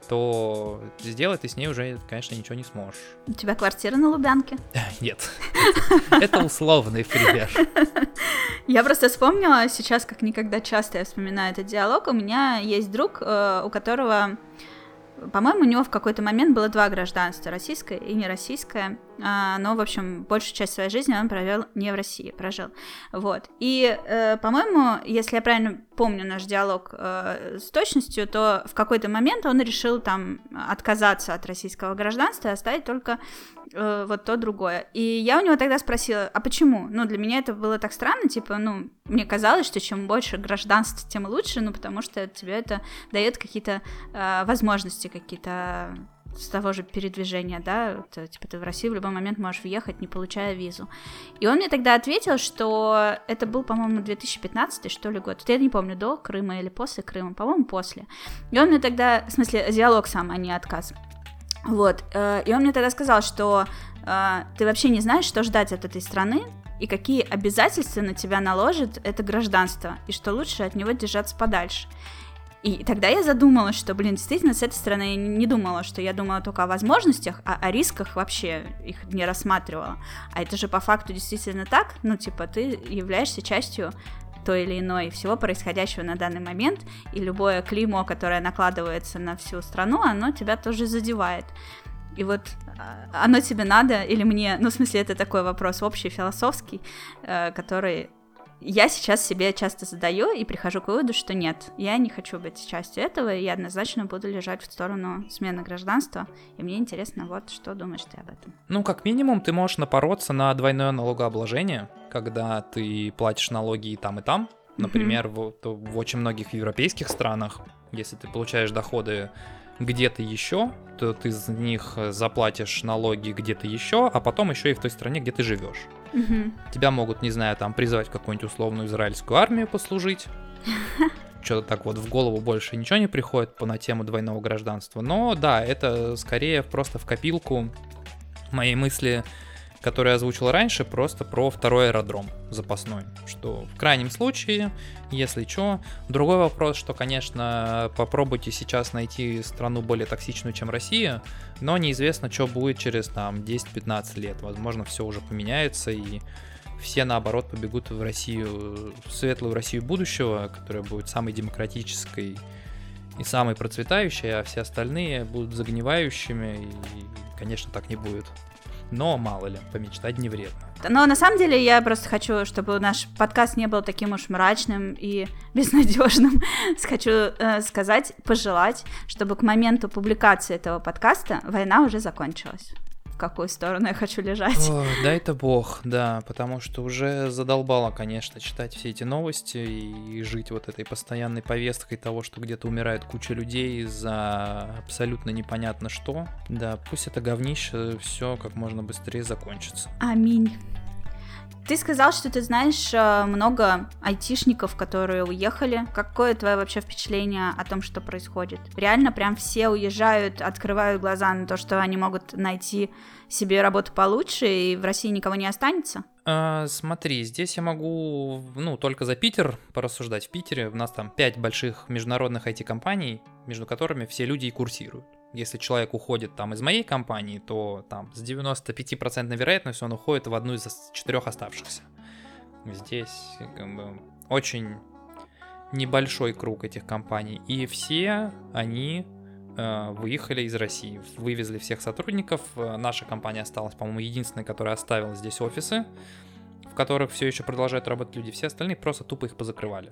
то сделать ты с ней уже, конечно, ничего не сможешь. У тебя квартира на Лубянке? Нет, это условный пример. Я просто вспомнила сейчас, как никогда часто я вспоминаю этот диалог. У меня есть друг, у которого, по-моему, у него в какой-то момент было два гражданства, российское и нероссийское. Но, в общем, большую часть своей жизни он провел не в России, прожил. Вот. И, по-моему, если я правильно помню наш диалог с точностью, то в какой-то момент он решил там отказаться от российского гражданства и оставить только вот то другое. И я у него тогда спросила, а почему? Ну, для меня это было так странно, типа, ну, мне казалось, что чем больше гражданств, тем лучше, ну, потому что тебе это дает какие-то возможности, какие-то с того же передвижения, да, это, типа ты в Россию в любой момент можешь въехать, не получая визу. И он мне тогда ответил, что это был, по-моему, две тысячи пятнадцатый, что ли, год. Я не помню, до Крыма или после Крыма, по-моему, после. И он мне тогда, в смысле, диалог сам, а не отказ. Вот, и он мне тогда сказал, что ты вообще не знаешь, что ждать от этой страны, и какие обязательства на тебя наложит это гражданство, и что лучше от него держаться подальше. И тогда я задумалась, что, блин, действительно, с этой стороны я не думала, что я думала только о возможностях, а о рисках вообще их не рассматривала. А это же по факту действительно так, ну, типа, ты являешься частью той или иной всего происходящего на данный момент, и любое клеймо, которое накладывается на всю страну, оно тебя тоже задевает. И вот оно тебе надо или мне, ну, в смысле, это такой вопрос общий, философский, который я сейчас себе часто задаю и прихожу к выводу, что нет, я не хочу быть частью этого, и я однозначно буду лежать в сторону смены гражданства, и мне интересно, вот, что думаешь ты об этом? Ну, как минимум, ты можешь напороться на двойное налогообложение, когда ты платишь налоги и там, и там. Например, mm-hmm. в, в очень многих европейских странах, если ты получаешь доходы где-то еще, то ты из них заплатишь налоги где-то еще, а потом еще и в той стране, где ты живешь. Mm-hmm. Тебя могут, не знаю, там призвать в какую-нибудь условную израильскую армию послужить. Что-то так вот в голову больше ничего не приходит по на тему двойного гражданства. Но да, это скорее просто в копилку моей мысли, которую я озвучил раньше, просто про второй аэродром запасной. Что в крайнем случае, если что. Другой вопрос, что, конечно, попробуйте сейчас найти страну более токсичную, чем Россия, но неизвестно, что будет через там десять-пятнадцать лет. Возможно, все уже поменяется, и все, наоборот, побегут в Россию, в светлую Россию будущего, которая будет самой демократической и самой процветающей, а все остальные будут загнивающими, и, конечно, так не будет. но мало ли, помечтать не вредно. Но на самом деле я просто хочу, чтобы наш подкаст не был таким уж мрачным и безнадежным. Хочу э, сказать, пожелать, чтобы к моменту публикации этого подкаста война уже закончилась. В какую сторону я хочу лежать. О, дай-то бог, да, потому что уже задолбало, конечно, читать все эти новости и жить вот этой постоянной повесткой того, что где-то умирает куча людей за абсолютно непонятно что. Да, пусть это говнище все как можно быстрее закончится. Аминь. Ты сказал, что ты знаешь много айтишников, которые уехали. Какое твое вообще впечатление о том, что происходит? Реально прям все уезжают, открывают глаза на то, что они могут найти себе работу получше, и в России никого не останется? А, смотри, здесь я могу, ну, только за Питер порассуждать. В Питере у нас там пять больших международных ай ти-компаний, между которыми все люди и курсируют. Если человек уходит там из моей компании, то там с девяносто пять процентов вероятностью он уходит в одну из четырех оставшихся. Здесь как бы очень небольшой круг этих компаний. И все они э, выехали из России, вывезли всех сотрудников. Наша компания осталась, по-моему, единственной, которая оставила здесь офисы, в которых все еще продолжают работать люди. Все остальные просто тупо их позакрывали.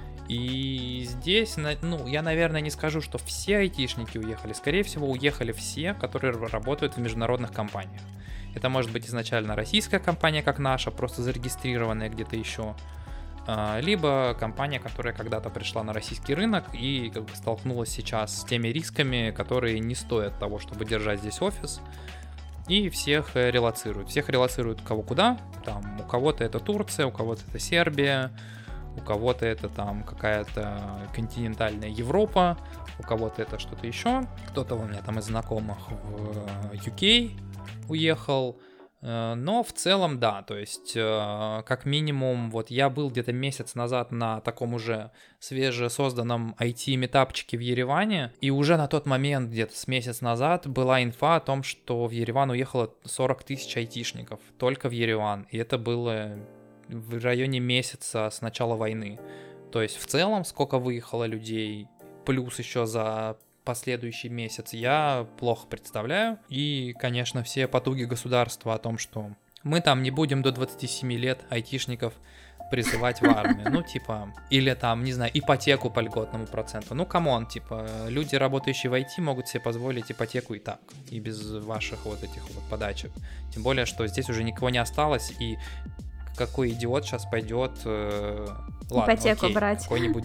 И здесь, ну, я, наверное, не скажу, что все айтишники уехали. Скорее всего, уехали все, которые работают в международных компаниях. Это может быть изначально российская компания, как наша, просто зарегистрированная где-то еще. Либо компания, которая когда-то пришла на российский рынок и как бы столкнулась сейчас с теми рисками, которые не стоят того, чтобы держать здесь офис. И всех релоцируют. Всех релоцируют кого куда. Там у кого-то это Турция, у кого-то это Сербия. У кого-то это там какая-то континентальная Европа, у кого-то это что-то еще. Кто-то у меня там из знакомых в ю кей уехал. Но в целом, да, то есть как минимум, вот я был где-то месяц назад на таком уже свежесозданном ай ти-метапчике в Ереване, и уже на тот момент, где-то с месяц назад, была инфа о том, что в Ереван уехало сорок тысяч айтишников, только в Ереван, и это было в районе месяца с начала войны. То есть в целом, сколько выехало людей, плюс еще за последующий месяц, я плохо представляю. И, конечно, все потуги государства о том, что мы там не будем до двадцати семи лет айтишников призывать в армию. Ну, типа, или там, не знаю, ипотеку по льготному проценту. Ну, камон, типа, люди, работающие в ай ти, могут себе позволить ипотеку и так, и без ваших вот этих вот подачек. Тем более, что здесь уже никого не осталось, и какой идиот сейчас пойдет э, ладно, ипотеку окей, брать. Какой-нибудь...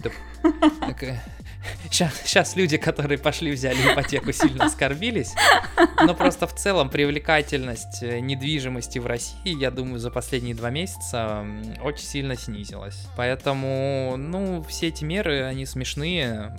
Сейчас, сейчас люди, которые пошли, взяли ипотеку, сильно оскорбились. Но просто в целом привлекательность недвижимости в России, я думаю, за последние два месяца очень сильно снизилась. Поэтому, ну, все эти меры, они смешные.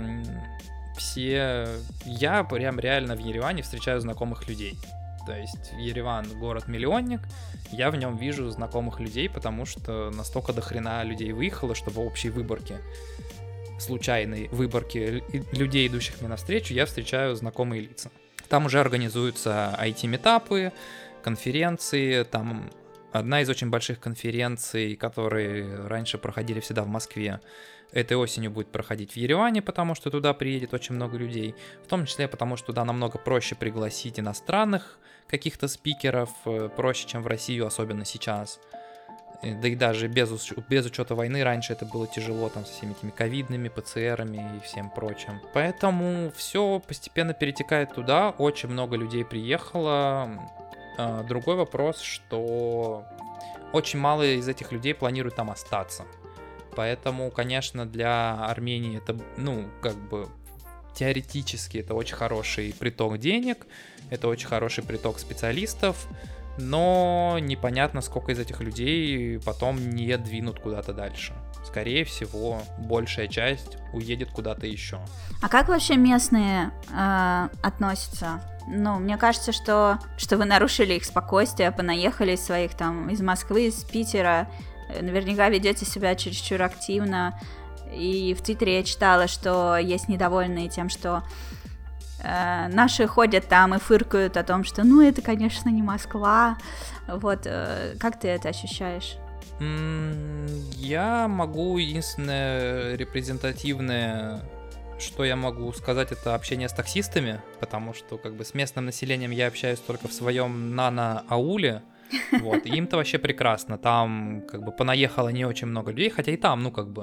Все... Я прям реально в Ереване встречаю знакомых людей. То есть Ереван город-миллионник, я в нем вижу знакомых людей, потому что настолько дохрена людей выехало, что в общей выборке, случайной выборке людей, идущих мне навстречу, я встречаю знакомые лица. Там уже организуются ай ти-метапы, конференции, там одна из очень больших конференций, которые раньше проходили всегда в Москве, этой осенью будет проходить в Ереване, потому что туда приедет очень много людей, в том числе потому, что туда намного проще пригласить иностранных каких-то спикеров, проще, чем в Россию, особенно сейчас. Да и даже без, без учета войны раньше это было тяжело там со всеми этими ковидными, ПЦРами и всем прочим. Поэтому все постепенно перетекает туда, очень много людей приехало. Другой вопрос, что очень мало из этих людей планируют там остаться. Поэтому, конечно, для Армении это, ну, как бы теоретически это очень хороший приток денег, это очень хороший приток специалистов, но непонятно, сколько из этих людей потом не двинут куда-то дальше. Скорее всего, большая часть уедет куда-то еще. А как вообще местные э, относятся? Ну, мне кажется, что, что вы нарушили их спокойствие, понаехали из своих там, из Москвы, из Питера, наверняка ведете себя чересчур активно. И в Твиттере я читала, что есть недовольные тем, что э, наши ходят там и фыркают о том, что ну это, конечно, не Москва. Вот, э, как ты это ощущаешь? Я могу единственное репрезентативное что я могу сказать, это общение с таксистами, потому что как бы с местным населением я общаюсь только в своем нано-ауле, вот, и им-то вообще прекрасно, там как бы понаехало не очень много людей, хотя и там, ну как бы,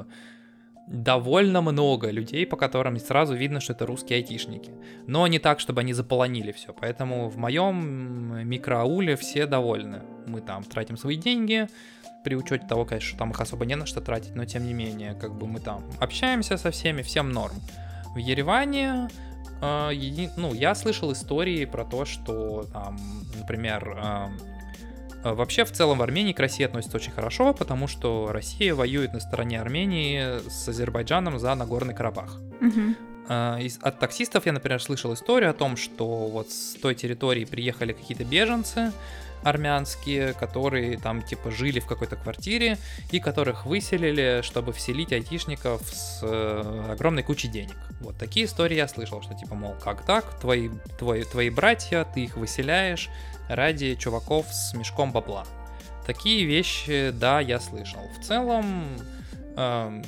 довольно много людей, по которым сразу видно, что это русские айтишники, но не так, чтобы они заполонили все, поэтому в моем микроауле все довольны, мы там тратим свои деньги, при учете того, конечно, что там их особо не на что тратить, но тем не менее, как бы мы там общаемся со всеми, всем норм. В Ереване, э, еди... ну, я слышал истории про то, что там, например, э, э, вообще в целом в Армении к России относятся очень хорошо, потому что Россия воюет на стороне Армении с Азербайджаном за Нагорный Карабах. Угу. Э, из... От таксистов я, например, слышал историю о том, что вот с той территории приехали какие-то беженцы, армянские, которые там типа жили в какой-то квартире и которых выселили, чтобы вселить айтишников с э, огромной кучей денег. Вот такие истории я слышал, что типа, мол, как так, твои, твои, твои братья, ты их выселяешь ради чуваков с мешком бабла. Такие вещи, да, я слышал. В целом, э,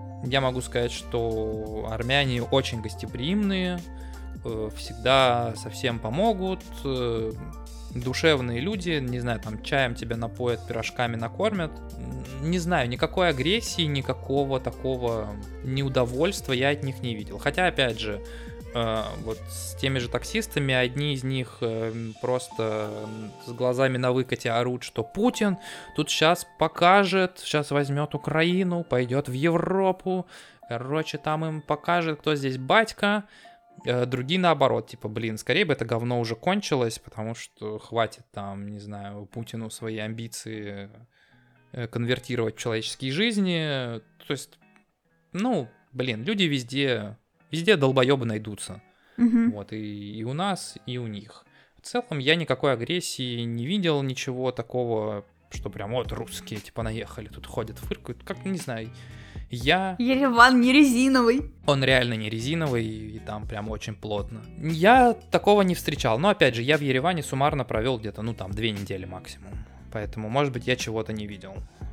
я могу сказать, что армяне очень гостеприимные, э, всегда совсем помогут, э, душевные люди, не знаю, там чаем тебя напоят, пирожками накормят. Не знаю, никакой агрессии, никакого такого неудовольствия я от них не видел. Хотя, опять же, э, вот с теми же таксистами, одни из них э, просто с глазами на выкате орут, что Путин тут сейчас покажет, сейчас возьмет Украину, пойдет в Европу, короче, там им покажет, кто здесь батька. Другие наоборот, типа, блин, скорее бы это говно уже кончилось, потому что хватит там, не знаю, Путину свои амбиции конвертировать в человеческие жизни. То есть, ну, блин, люди везде, везде долбоебы найдутся. Угу. Вот, и, и у нас, и у них. В целом я никакой агрессии не видел, ничего такого, что прям вот русские, типа, наехали, тут ходят, фыркают, как, не знаю... Я... Ереван не резиновый. Он реально не резиновый и там прям очень плотно. Я такого не встречал. Но опять же, я в Ереване суммарно провел где-то, ну там, две недели максимум. Поэтому, может быть, я чего-то не видел.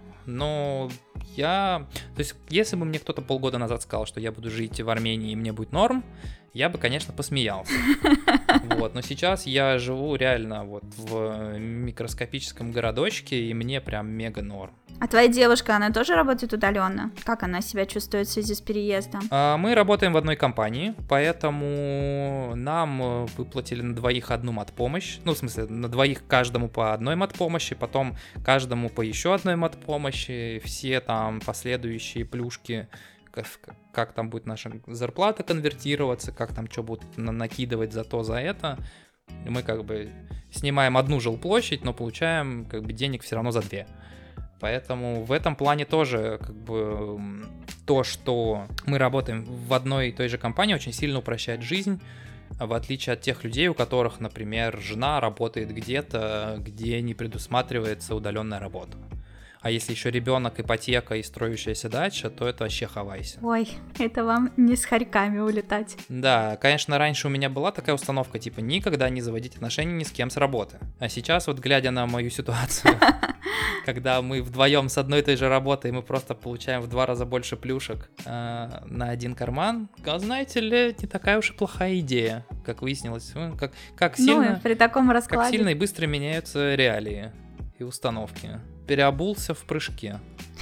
Но я... То есть, если бы мне кто-то полгода назад сказал, что я буду жить в Армении и мне будет норм, я бы, конечно, посмеялся. Вот, но сейчас я живу реально вот в микроскопическом городочке, и мне прям мега норм. А твоя девушка, она тоже работает удаленно? Как она себя чувствует в связи с переездом? Мы работаем в одной компании, поэтому нам выплатили на двоих одну матпомощь. Ну, в смысле, на двоих каждому по одной матпомощи, потом каждому по еще одной матпомощи. Все там последующие плюшки, как, как там будет наша зарплата конвертироваться, как там что будут накидывать за то, за это. Мы как бы снимаем одну жилплощадь, но получаем как бы денег все равно за две. Поэтому в этом плане тоже как бы то, что мы работаем в одной и той же компании, очень сильно упрощает жизнь, в отличие от тех людей, у которых, например, жена работает где-то, где не предусматривается удаленная работа. А если еще ребенок, ипотека и строящаяся дача, то это вообще хавайся. Ой, это вам не с хорьками улетать. Да, конечно, раньше у меня была такая установка, типа, никогда не заводить отношения ни с кем с работы. А сейчас вот, глядя на мою ситуацию, когда мы вдвоем с одной и той же работой, мы просто получаем в два раза больше плюшек на один карман, знаете ли, не такая уж и плохая идея, как выяснилось. Как, как сильно, ну, при таком раскладе. Как сильно и быстро меняются реалии и установки. Переобулся в прыжке.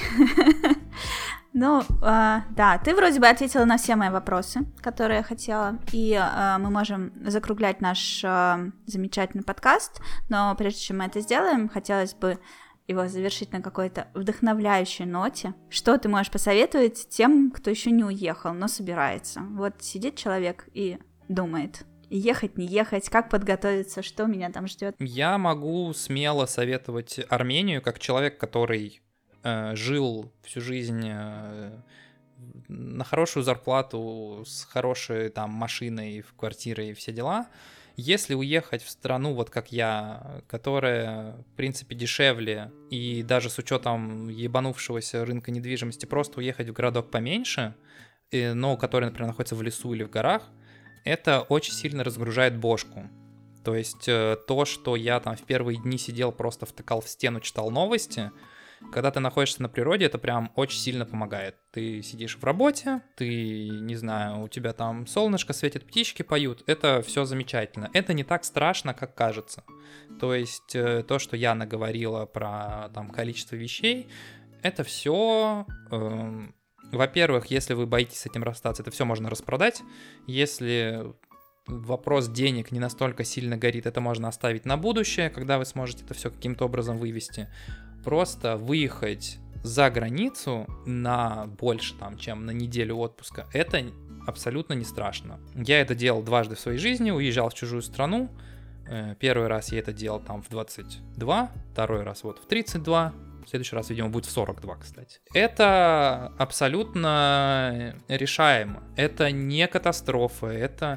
Ну, э, да, ты вроде бы ответила на все мои вопросы, которые я хотела, и э, мы можем закруглять наш э, замечательный подкаст, но прежде чем мы это сделаем, хотелось бы его завершить на какой-то вдохновляющей ноте. Что ты можешь посоветовать тем, кто еще не уехал, но собирается? Вот сидит человек и думает... Ехать, не ехать, как подготовиться, что меня там ждет? Я могу смело советовать Армению, как человек, который э, жил всю жизнь э, на хорошую зарплату, с хорошей там машиной, в квартире и все дела. Если уехать в страну, вот как я, которая, в принципе, дешевле, и даже с учетом ебанувшегося рынка недвижимости, просто уехать в городок поменьше, э, но который, например, находится в лесу или в горах, это очень сильно разгружает бошку. То есть э, то, что я там в первые дни сидел, просто втыкал в стену, читал новости, Когда ты находишься на природе, это прям очень сильно помогает. Ты сидишь в работе, ты, не знаю, у тебя там солнышко светит, птички поют, это все замечательно. Это не так страшно, как кажется. То есть то, что Яна говорила про там количество вещей, это все... Э, во-первых, если вы боитесь с этим расстаться, это все можно распродать. Если вопрос денег не настолько сильно горит, это можно оставить на будущее, когда вы сможете это все каким-то образом вывести. Просто выехать за границу на больше, там, чем на неделю отпуска, это абсолютно не страшно. Я это делал дважды в своей жизни, уезжал в чужую страну. Первый раз я это делал там в двадцать два, второй раз вот в тридцать два. В следующий раз, видимо, будет в сорок два, кстати. Это абсолютно решаемо. Это не катастрофа, это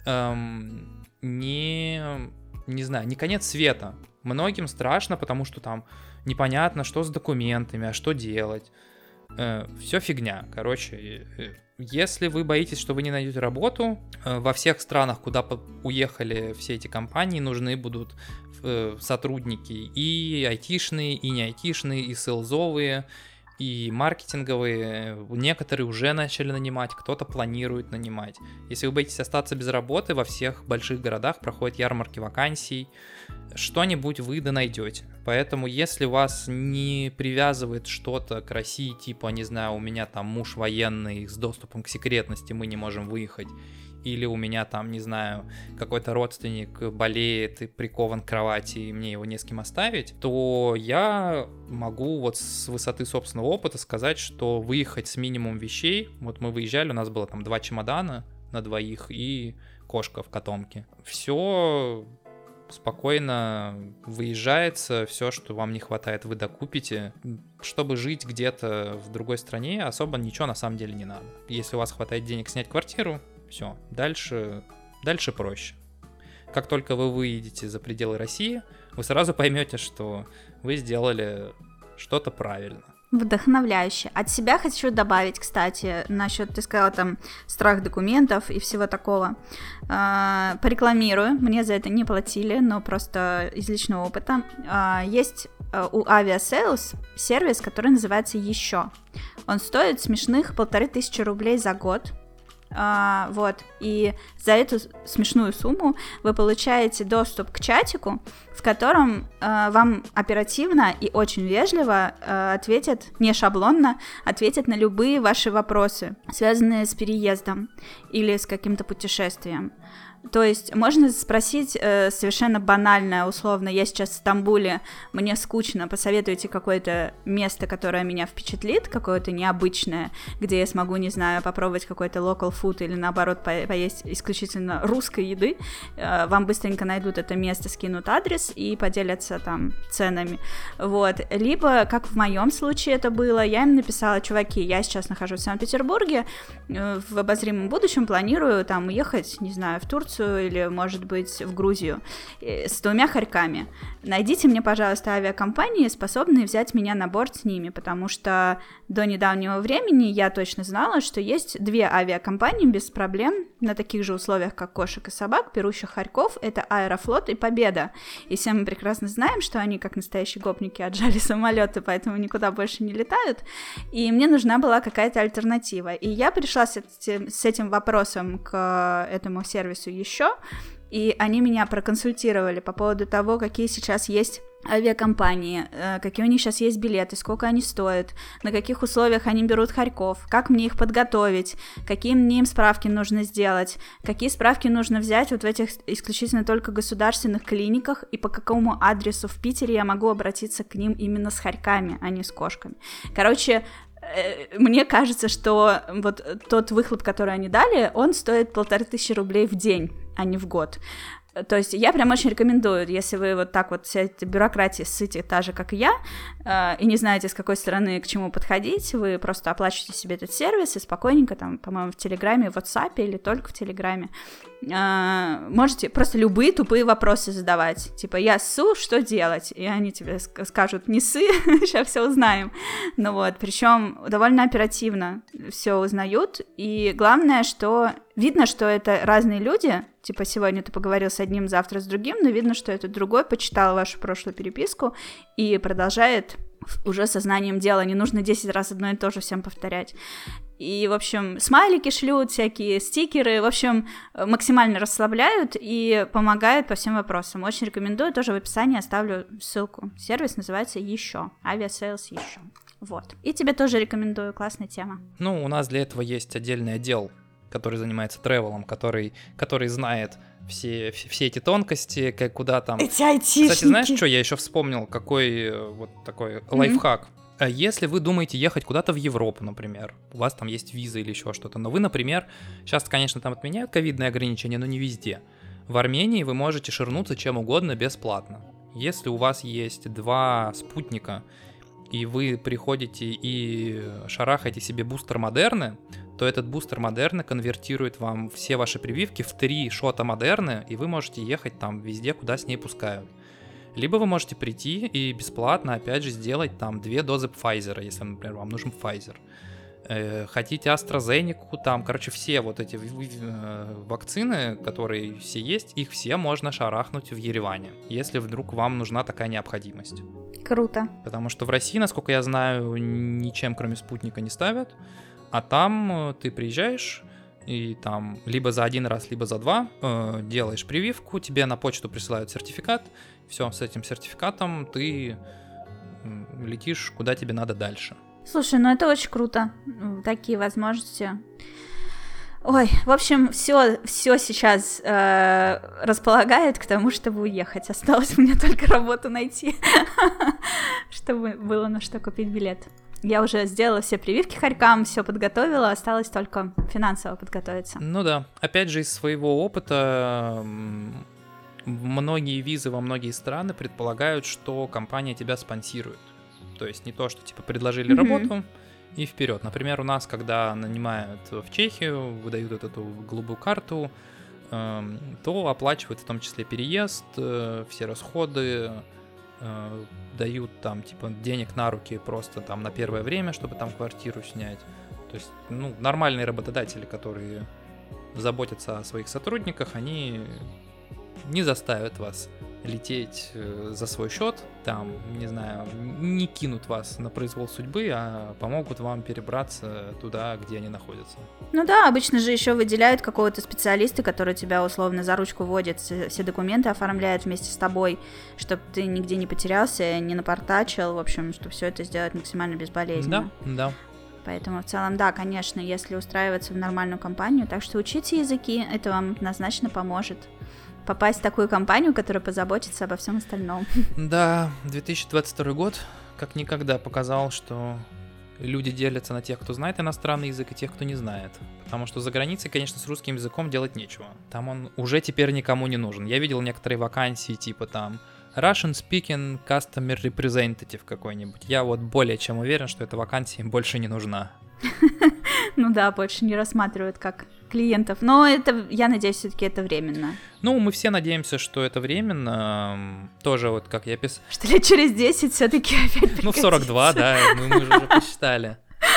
эм, не, не знаю, не конец света. Многим страшно, потому что там непонятно, что с документами, а что делать. Э, все фигня. Короче, э, если вы боитесь, что вы не найдете работу, э, во всех странах, куда уехали все эти компании, нужны будут сотрудники и айтишные, и не айтишные, и селзовые, и маркетинговые. Некоторые уже начали нанимать, кто-то планирует нанимать. Если вы боитесь остаться без работы, во всех больших городах проходят ярмарки вакансий. Что-нибудь вы да найдете. Поэтому, если вас не привязывает что-то к России, типа, не знаю, у меня там муж военный с доступом к секретности, мы не можем выехать, или у меня там, не знаю, какой-то родственник болеет и прикован к кровати, и мне его не с кем оставить, то я могу вот с высоты собственного опыта сказать, что выехать с минимумом вещей, вот мы выезжали, у нас было там два чемодана на двоих и кошка в котомке. Все спокойно выезжается, все, что вам не хватает, вы докупите. Чтобы жить где-то в другой стране, особо ничего на самом деле не надо. Если у вас хватает денег снять квартиру, все, дальше, дальше проще. Как только вы выедете за пределы России, вы сразу поймете, что вы сделали что-то правильно. Вдохновляюще. От себя хочу добавить, кстати, насчет, ты сказала, там, страх документов и всего такого. А, порекламирую, мне за это не платили, но просто из личного опыта. А, есть у Aviasales сервис, который называется «Еще». Он стоит смешных полторы тысячи рублей за год. Uh, вот, и за эту смешную сумму вы получаете доступ к чатику, в котором uh, вам оперативно и очень вежливо uh, ответят, не шаблонно, ответят на любые ваши вопросы, связанные с переездом или с каким-то путешествием. То есть можно спросить э, совершенно банально, условно, я сейчас в Стамбуле, мне скучно, посоветуйте какое-то место, которое меня впечатлит, какое-то необычное, где я смогу, не знаю, попробовать какой-то local food или наоборот по- поесть исключительно русской еды. Э, вам быстренько найдут это место, скинут адрес и поделятся там ценами. Вот. Либо, как в моем случае это было, я им написала: чуваки, я сейчас нахожусь в Санкт-Петербурге, э, в обозримом будущем планирую там уехать, не знаю, в Турцию или, может быть, в Грузию с двумя хорьками. Найдите мне, пожалуйста, авиакомпании, способные взять меня на борт с ними, потому что до недавнего времени я точно знала, что есть две авиакомпании без проблем на таких же условиях, как кошек и собак, берущих хорьков. Это Аэрофлот и Победа. И все мы прекрасно знаем, что они, как настоящие гопники, отжали самолеты, поэтому никуда больше не летают. И мне нужна была какая-то альтернатива. И я пришла с этим, с этим вопросом к этому сервису «Еще», и они меня проконсультировали по поводу того, какие сейчас есть авиакомпании, какие у них сейчас есть билеты, сколько они стоят, на каких условиях они берут хорьков, как мне их подготовить, какие мне им справки нужно сделать, какие справки нужно взять вот в этих исключительно только государственных клиниках, и по какому адресу в Питере я могу обратиться к ним именно с хорьками, а не с кошками. Короче, мне кажется, что вот тот выхлоп, который они дали, он стоит полторы тысячи рублей в день, а не в год. То есть я прям очень рекомендую, если вы вот так вот вся эта бюрократия ссыте, та же, как и я, э, и не знаете, с какой стороны к чему подходить, вы просто оплачиваете себе этот сервис и спокойненько там, по-моему, в Телеграме, в WhatsApp или только в Телеграме э, можете просто любые тупые вопросы задавать. Типа, я ссу, что делать? И они тебе скажут: не ссы, сейчас все узнаем. Ну вот, причем довольно оперативно все узнают, и главное, что видно, что это разные люди. Типа, сегодня ты поговорил с одним, завтра с другим, но видно, что этот другой почитал вашу прошлую переписку и продолжает уже сознанием дела, не нужно десять раз одно и то же всем повторять. И, в общем, смайлики шлют, всякие стикеры, в общем, максимально расслабляют и помогают по всем вопросам. Очень рекомендую, тоже в описании оставлю ссылку. Сервис называется «Еще», Aviasales «Еще». Вот. И тебе тоже рекомендую, классная тема. Ну, у нас для этого есть отдельный отдел, который занимается тревелом, который, который знает все, все, все эти тонкости, как куда там... Эти айтишники. Кстати, знаешь, что я еще вспомнил? Какой вот такой mm-hmm. лайфхак. Если вы думаете ехать куда-то в Европу, например, у вас там есть виза или еще что-то, но вы, например, сейчас, конечно, там отменяют ковидные ограничения, но не везде. В Армении вы можете ширнуться чем угодно бесплатно. Если у вас есть два спутника, и вы приходите и шарахаете себе бустер Модерны, то этот бустер Модерны конвертирует вам все ваши прививки в три шота Модерны, и вы можете ехать там везде, куда с ней пускают. Либо вы можете прийти и бесплатно, опять же, сделать там две дозы Pfizer, если, например, вам нужен Pfizer. Э, хотите AstraZeneca, там, короче, все вот эти э, вакцины, которые все есть, их все можно шарахнуть в Ереване, если вдруг вам нужна такая необходимость. Круто. Потому что в России, насколько я знаю, ничем кроме спутника не ставят, а там ты приезжаешь и там либо за один раз, либо за два э, делаешь прививку, тебе на почту присылают сертификат, все, с этим сертификатом ты э, летишь куда тебе надо дальше. Слушай, ну это очень круто, такие возможности. Ой, в общем, все, все сейчас э, располагает к тому, чтобы уехать. Осталось мне только работу найти, чтобы было на что купить билет. Я уже сделала все прививки хорькам, все подготовила, осталось только финансово подготовиться. Ну да, опять же, из своего опыта, многие визы во многие страны предполагают, что компания тебя спонсирует. То есть не то, что типа предложили mm-hmm. работу и вперед. Например, у нас, когда нанимают в Чехию, выдают вот эту голубую карту, э, то оплачивают в том числе переезд, э, все расходы, э, дают там типа денег на руки просто там на первое время, чтобы там квартиру снять. То есть, ну, нормальные работодатели, которые заботятся о своих сотрудниках, они не заставят вас лететь за свой счет, там, не знаю, не кинут вас на произвол судьбы, а помогут вам перебраться туда, где они находятся. Ну да, обычно же еще выделяют какого-то специалиста, который тебя условно за ручку водит, все документы оформляет вместе с тобой, чтобы ты нигде не потерялся, не напортачил, в общем, чтобы все это сделать максимально безболезненно. Да, да. Поэтому в целом, да, конечно, если устраиваться в нормальную компанию, так что учите языки, это вам однозначно поможет попасть в такую компанию, которая позаботится обо всем остальном. Да, две тысячи двадцать второй год как никогда показал, что люди делятся на тех, кто знает иностранный язык, и тех, кто не знает. Потому что за границей, конечно, с русским языком делать нечего. Там он уже теперь никому не нужен. Я видел некоторые вакансии, типа там Russian Speaking Customer Representative какой-нибудь. Я вот более чем уверен, что эта вакансия им больше не нужна. Ну да, больше не рассматривают как клиентов. Но это, я надеюсь, все-таки это временно. Ну, мы все надеемся, что это временно. Тоже вот как я писал. Что лет через десять все-таки опять прекратится. Ну, в сорок два, да, мы, мы же уже посчитали.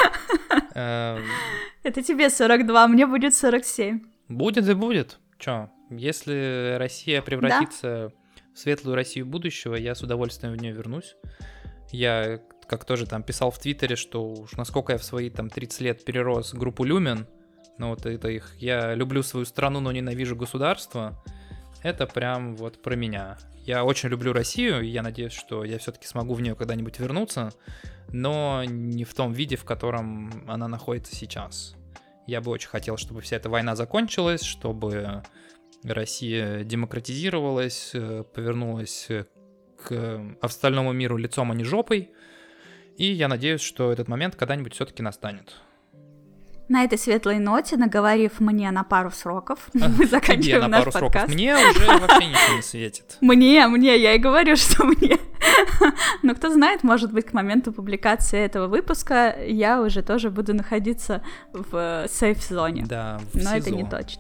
Это тебе сорок два, мне будет сорок семь. Будет и будет. Чё, если Россия превратится в светлую Россию будущего, я с удовольствием в нее вернусь. Я, как тоже там писал в Твиттере, что уж насколько я в свои там тридцать лет перерос группу Люмен, ну вот это их, я люблю свою страну, но ненавижу государство, это прям вот про меня. Я очень люблю Россию, и я надеюсь, что я все-таки смогу в нее когда-нибудь вернуться, но не в том виде, в котором она находится сейчас. Я бы очень хотел, чтобы вся эта война закончилась, чтобы Россия демократизировалась, повернулась к остальному миру лицом, а не жопой. И я надеюсь, что этот момент когда-нибудь все-таки настанет. На этой светлой ноте, наговорив мне на пару сроков, мы заканчиваем наш подкаст. Мне уже вообще ничего не светит. Мне, мне, я и говорю, что мне. Но кто знает, может быть, к моменту публикации этого выпуска я уже тоже буду находиться в сейф-зоне. Да, в Но СИЗО. это не точно.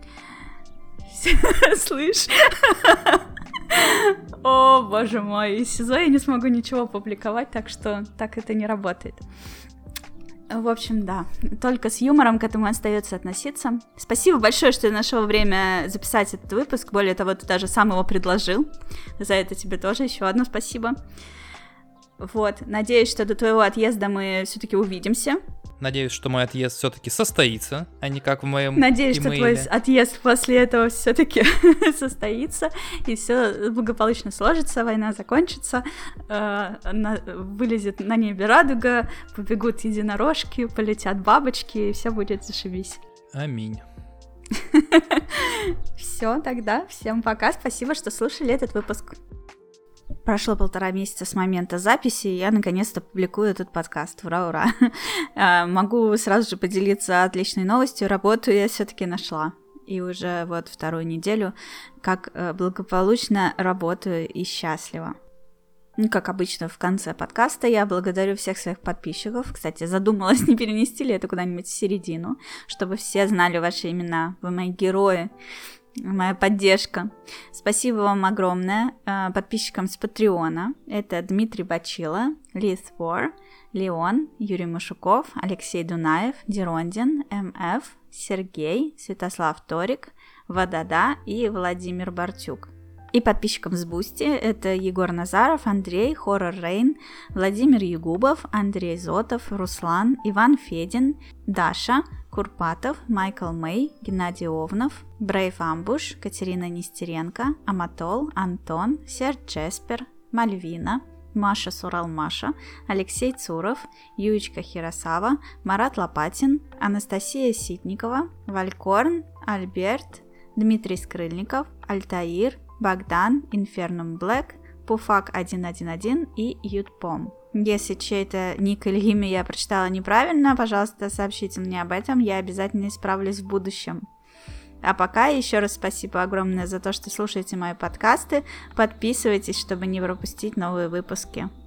Слышь? О, боже мой, из СИЗО я не смогу ничего публиковать, так что так это не работает. В общем, да, только с юмором к этому остается относиться. Спасибо большое, что ты нашел время записать этот выпуск. Более того, ты даже сам его предложил. За это тебе тоже еще одно спасибо. Вот, надеюсь, что до твоего отъезда мы все-таки увидимся. Надеюсь, что мой отъезд все-таки состоится, а не как в моем Надеюсь, имейле. что твой отъезд после этого все-таки состоится, и все благополучно сложится, война закончится, э, на, вылезет на небе радуга, побегут единорожки, полетят бабочки, и все будет зашибись. Аминь. Все, тогда всем пока, спасибо, что слушали этот выпуск. Прошло полтора месяца с момента записи, и я наконец-то публикую этот подкаст. Ура-ура! Могу сразу же поделиться отличной новостью. Работу я все-таки нашла. И уже вот вторую неделю как благополучно работаю и счастлива. Ну, как обычно, в конце подкаста я благодарю всех своих подписчиков. Кстати, задумалась, не перенести ли это куда-нибудь в середину, чтобы все знали ваши имена. Вы мои герои. Моя поддержка. Спасибо вам огромное подписчикам с Патреона. Это Дмитрий Бачила, Лиз Вор, Леон, Юрий Машуков, Алексей Дунаев, Дерондин, МФ, Сергей, Святослав Торик, Вадада и Владимир Бартюк. И подписчикам с Бусти это Егор Назаров, Андрей, Хоррор Рейн, Владимир Ягубов, Андрей Зотов, Руслан, Иван Федин, Даша, Курпатов, Майкл Мэй, Геннадий Овнов, Брейв Амбуш, Катерина Нестеренко, Аматол, Антон, Серж Джеспер, Мальвина, Маша Сурал-Маша, Алексей Цуров, Юечка Хиросава, Марат Лопатин, Анастасия Ситникова, Валькорн, Альберт, Дмитрий Скрыльников, Альтаир, Богдан, Инфернум Блэк, Пуфак один один один и Ютпом. Если чей-то ник или имя я прочитала неправильно, пожалуйста, сообщите мне об этом, я обязательно исправлюсь в будущем. А пока еще раз спасибо огромное за то, что слушаете мои подкасты. Подписывайтесь, чтобы не пропустить новые выпуски.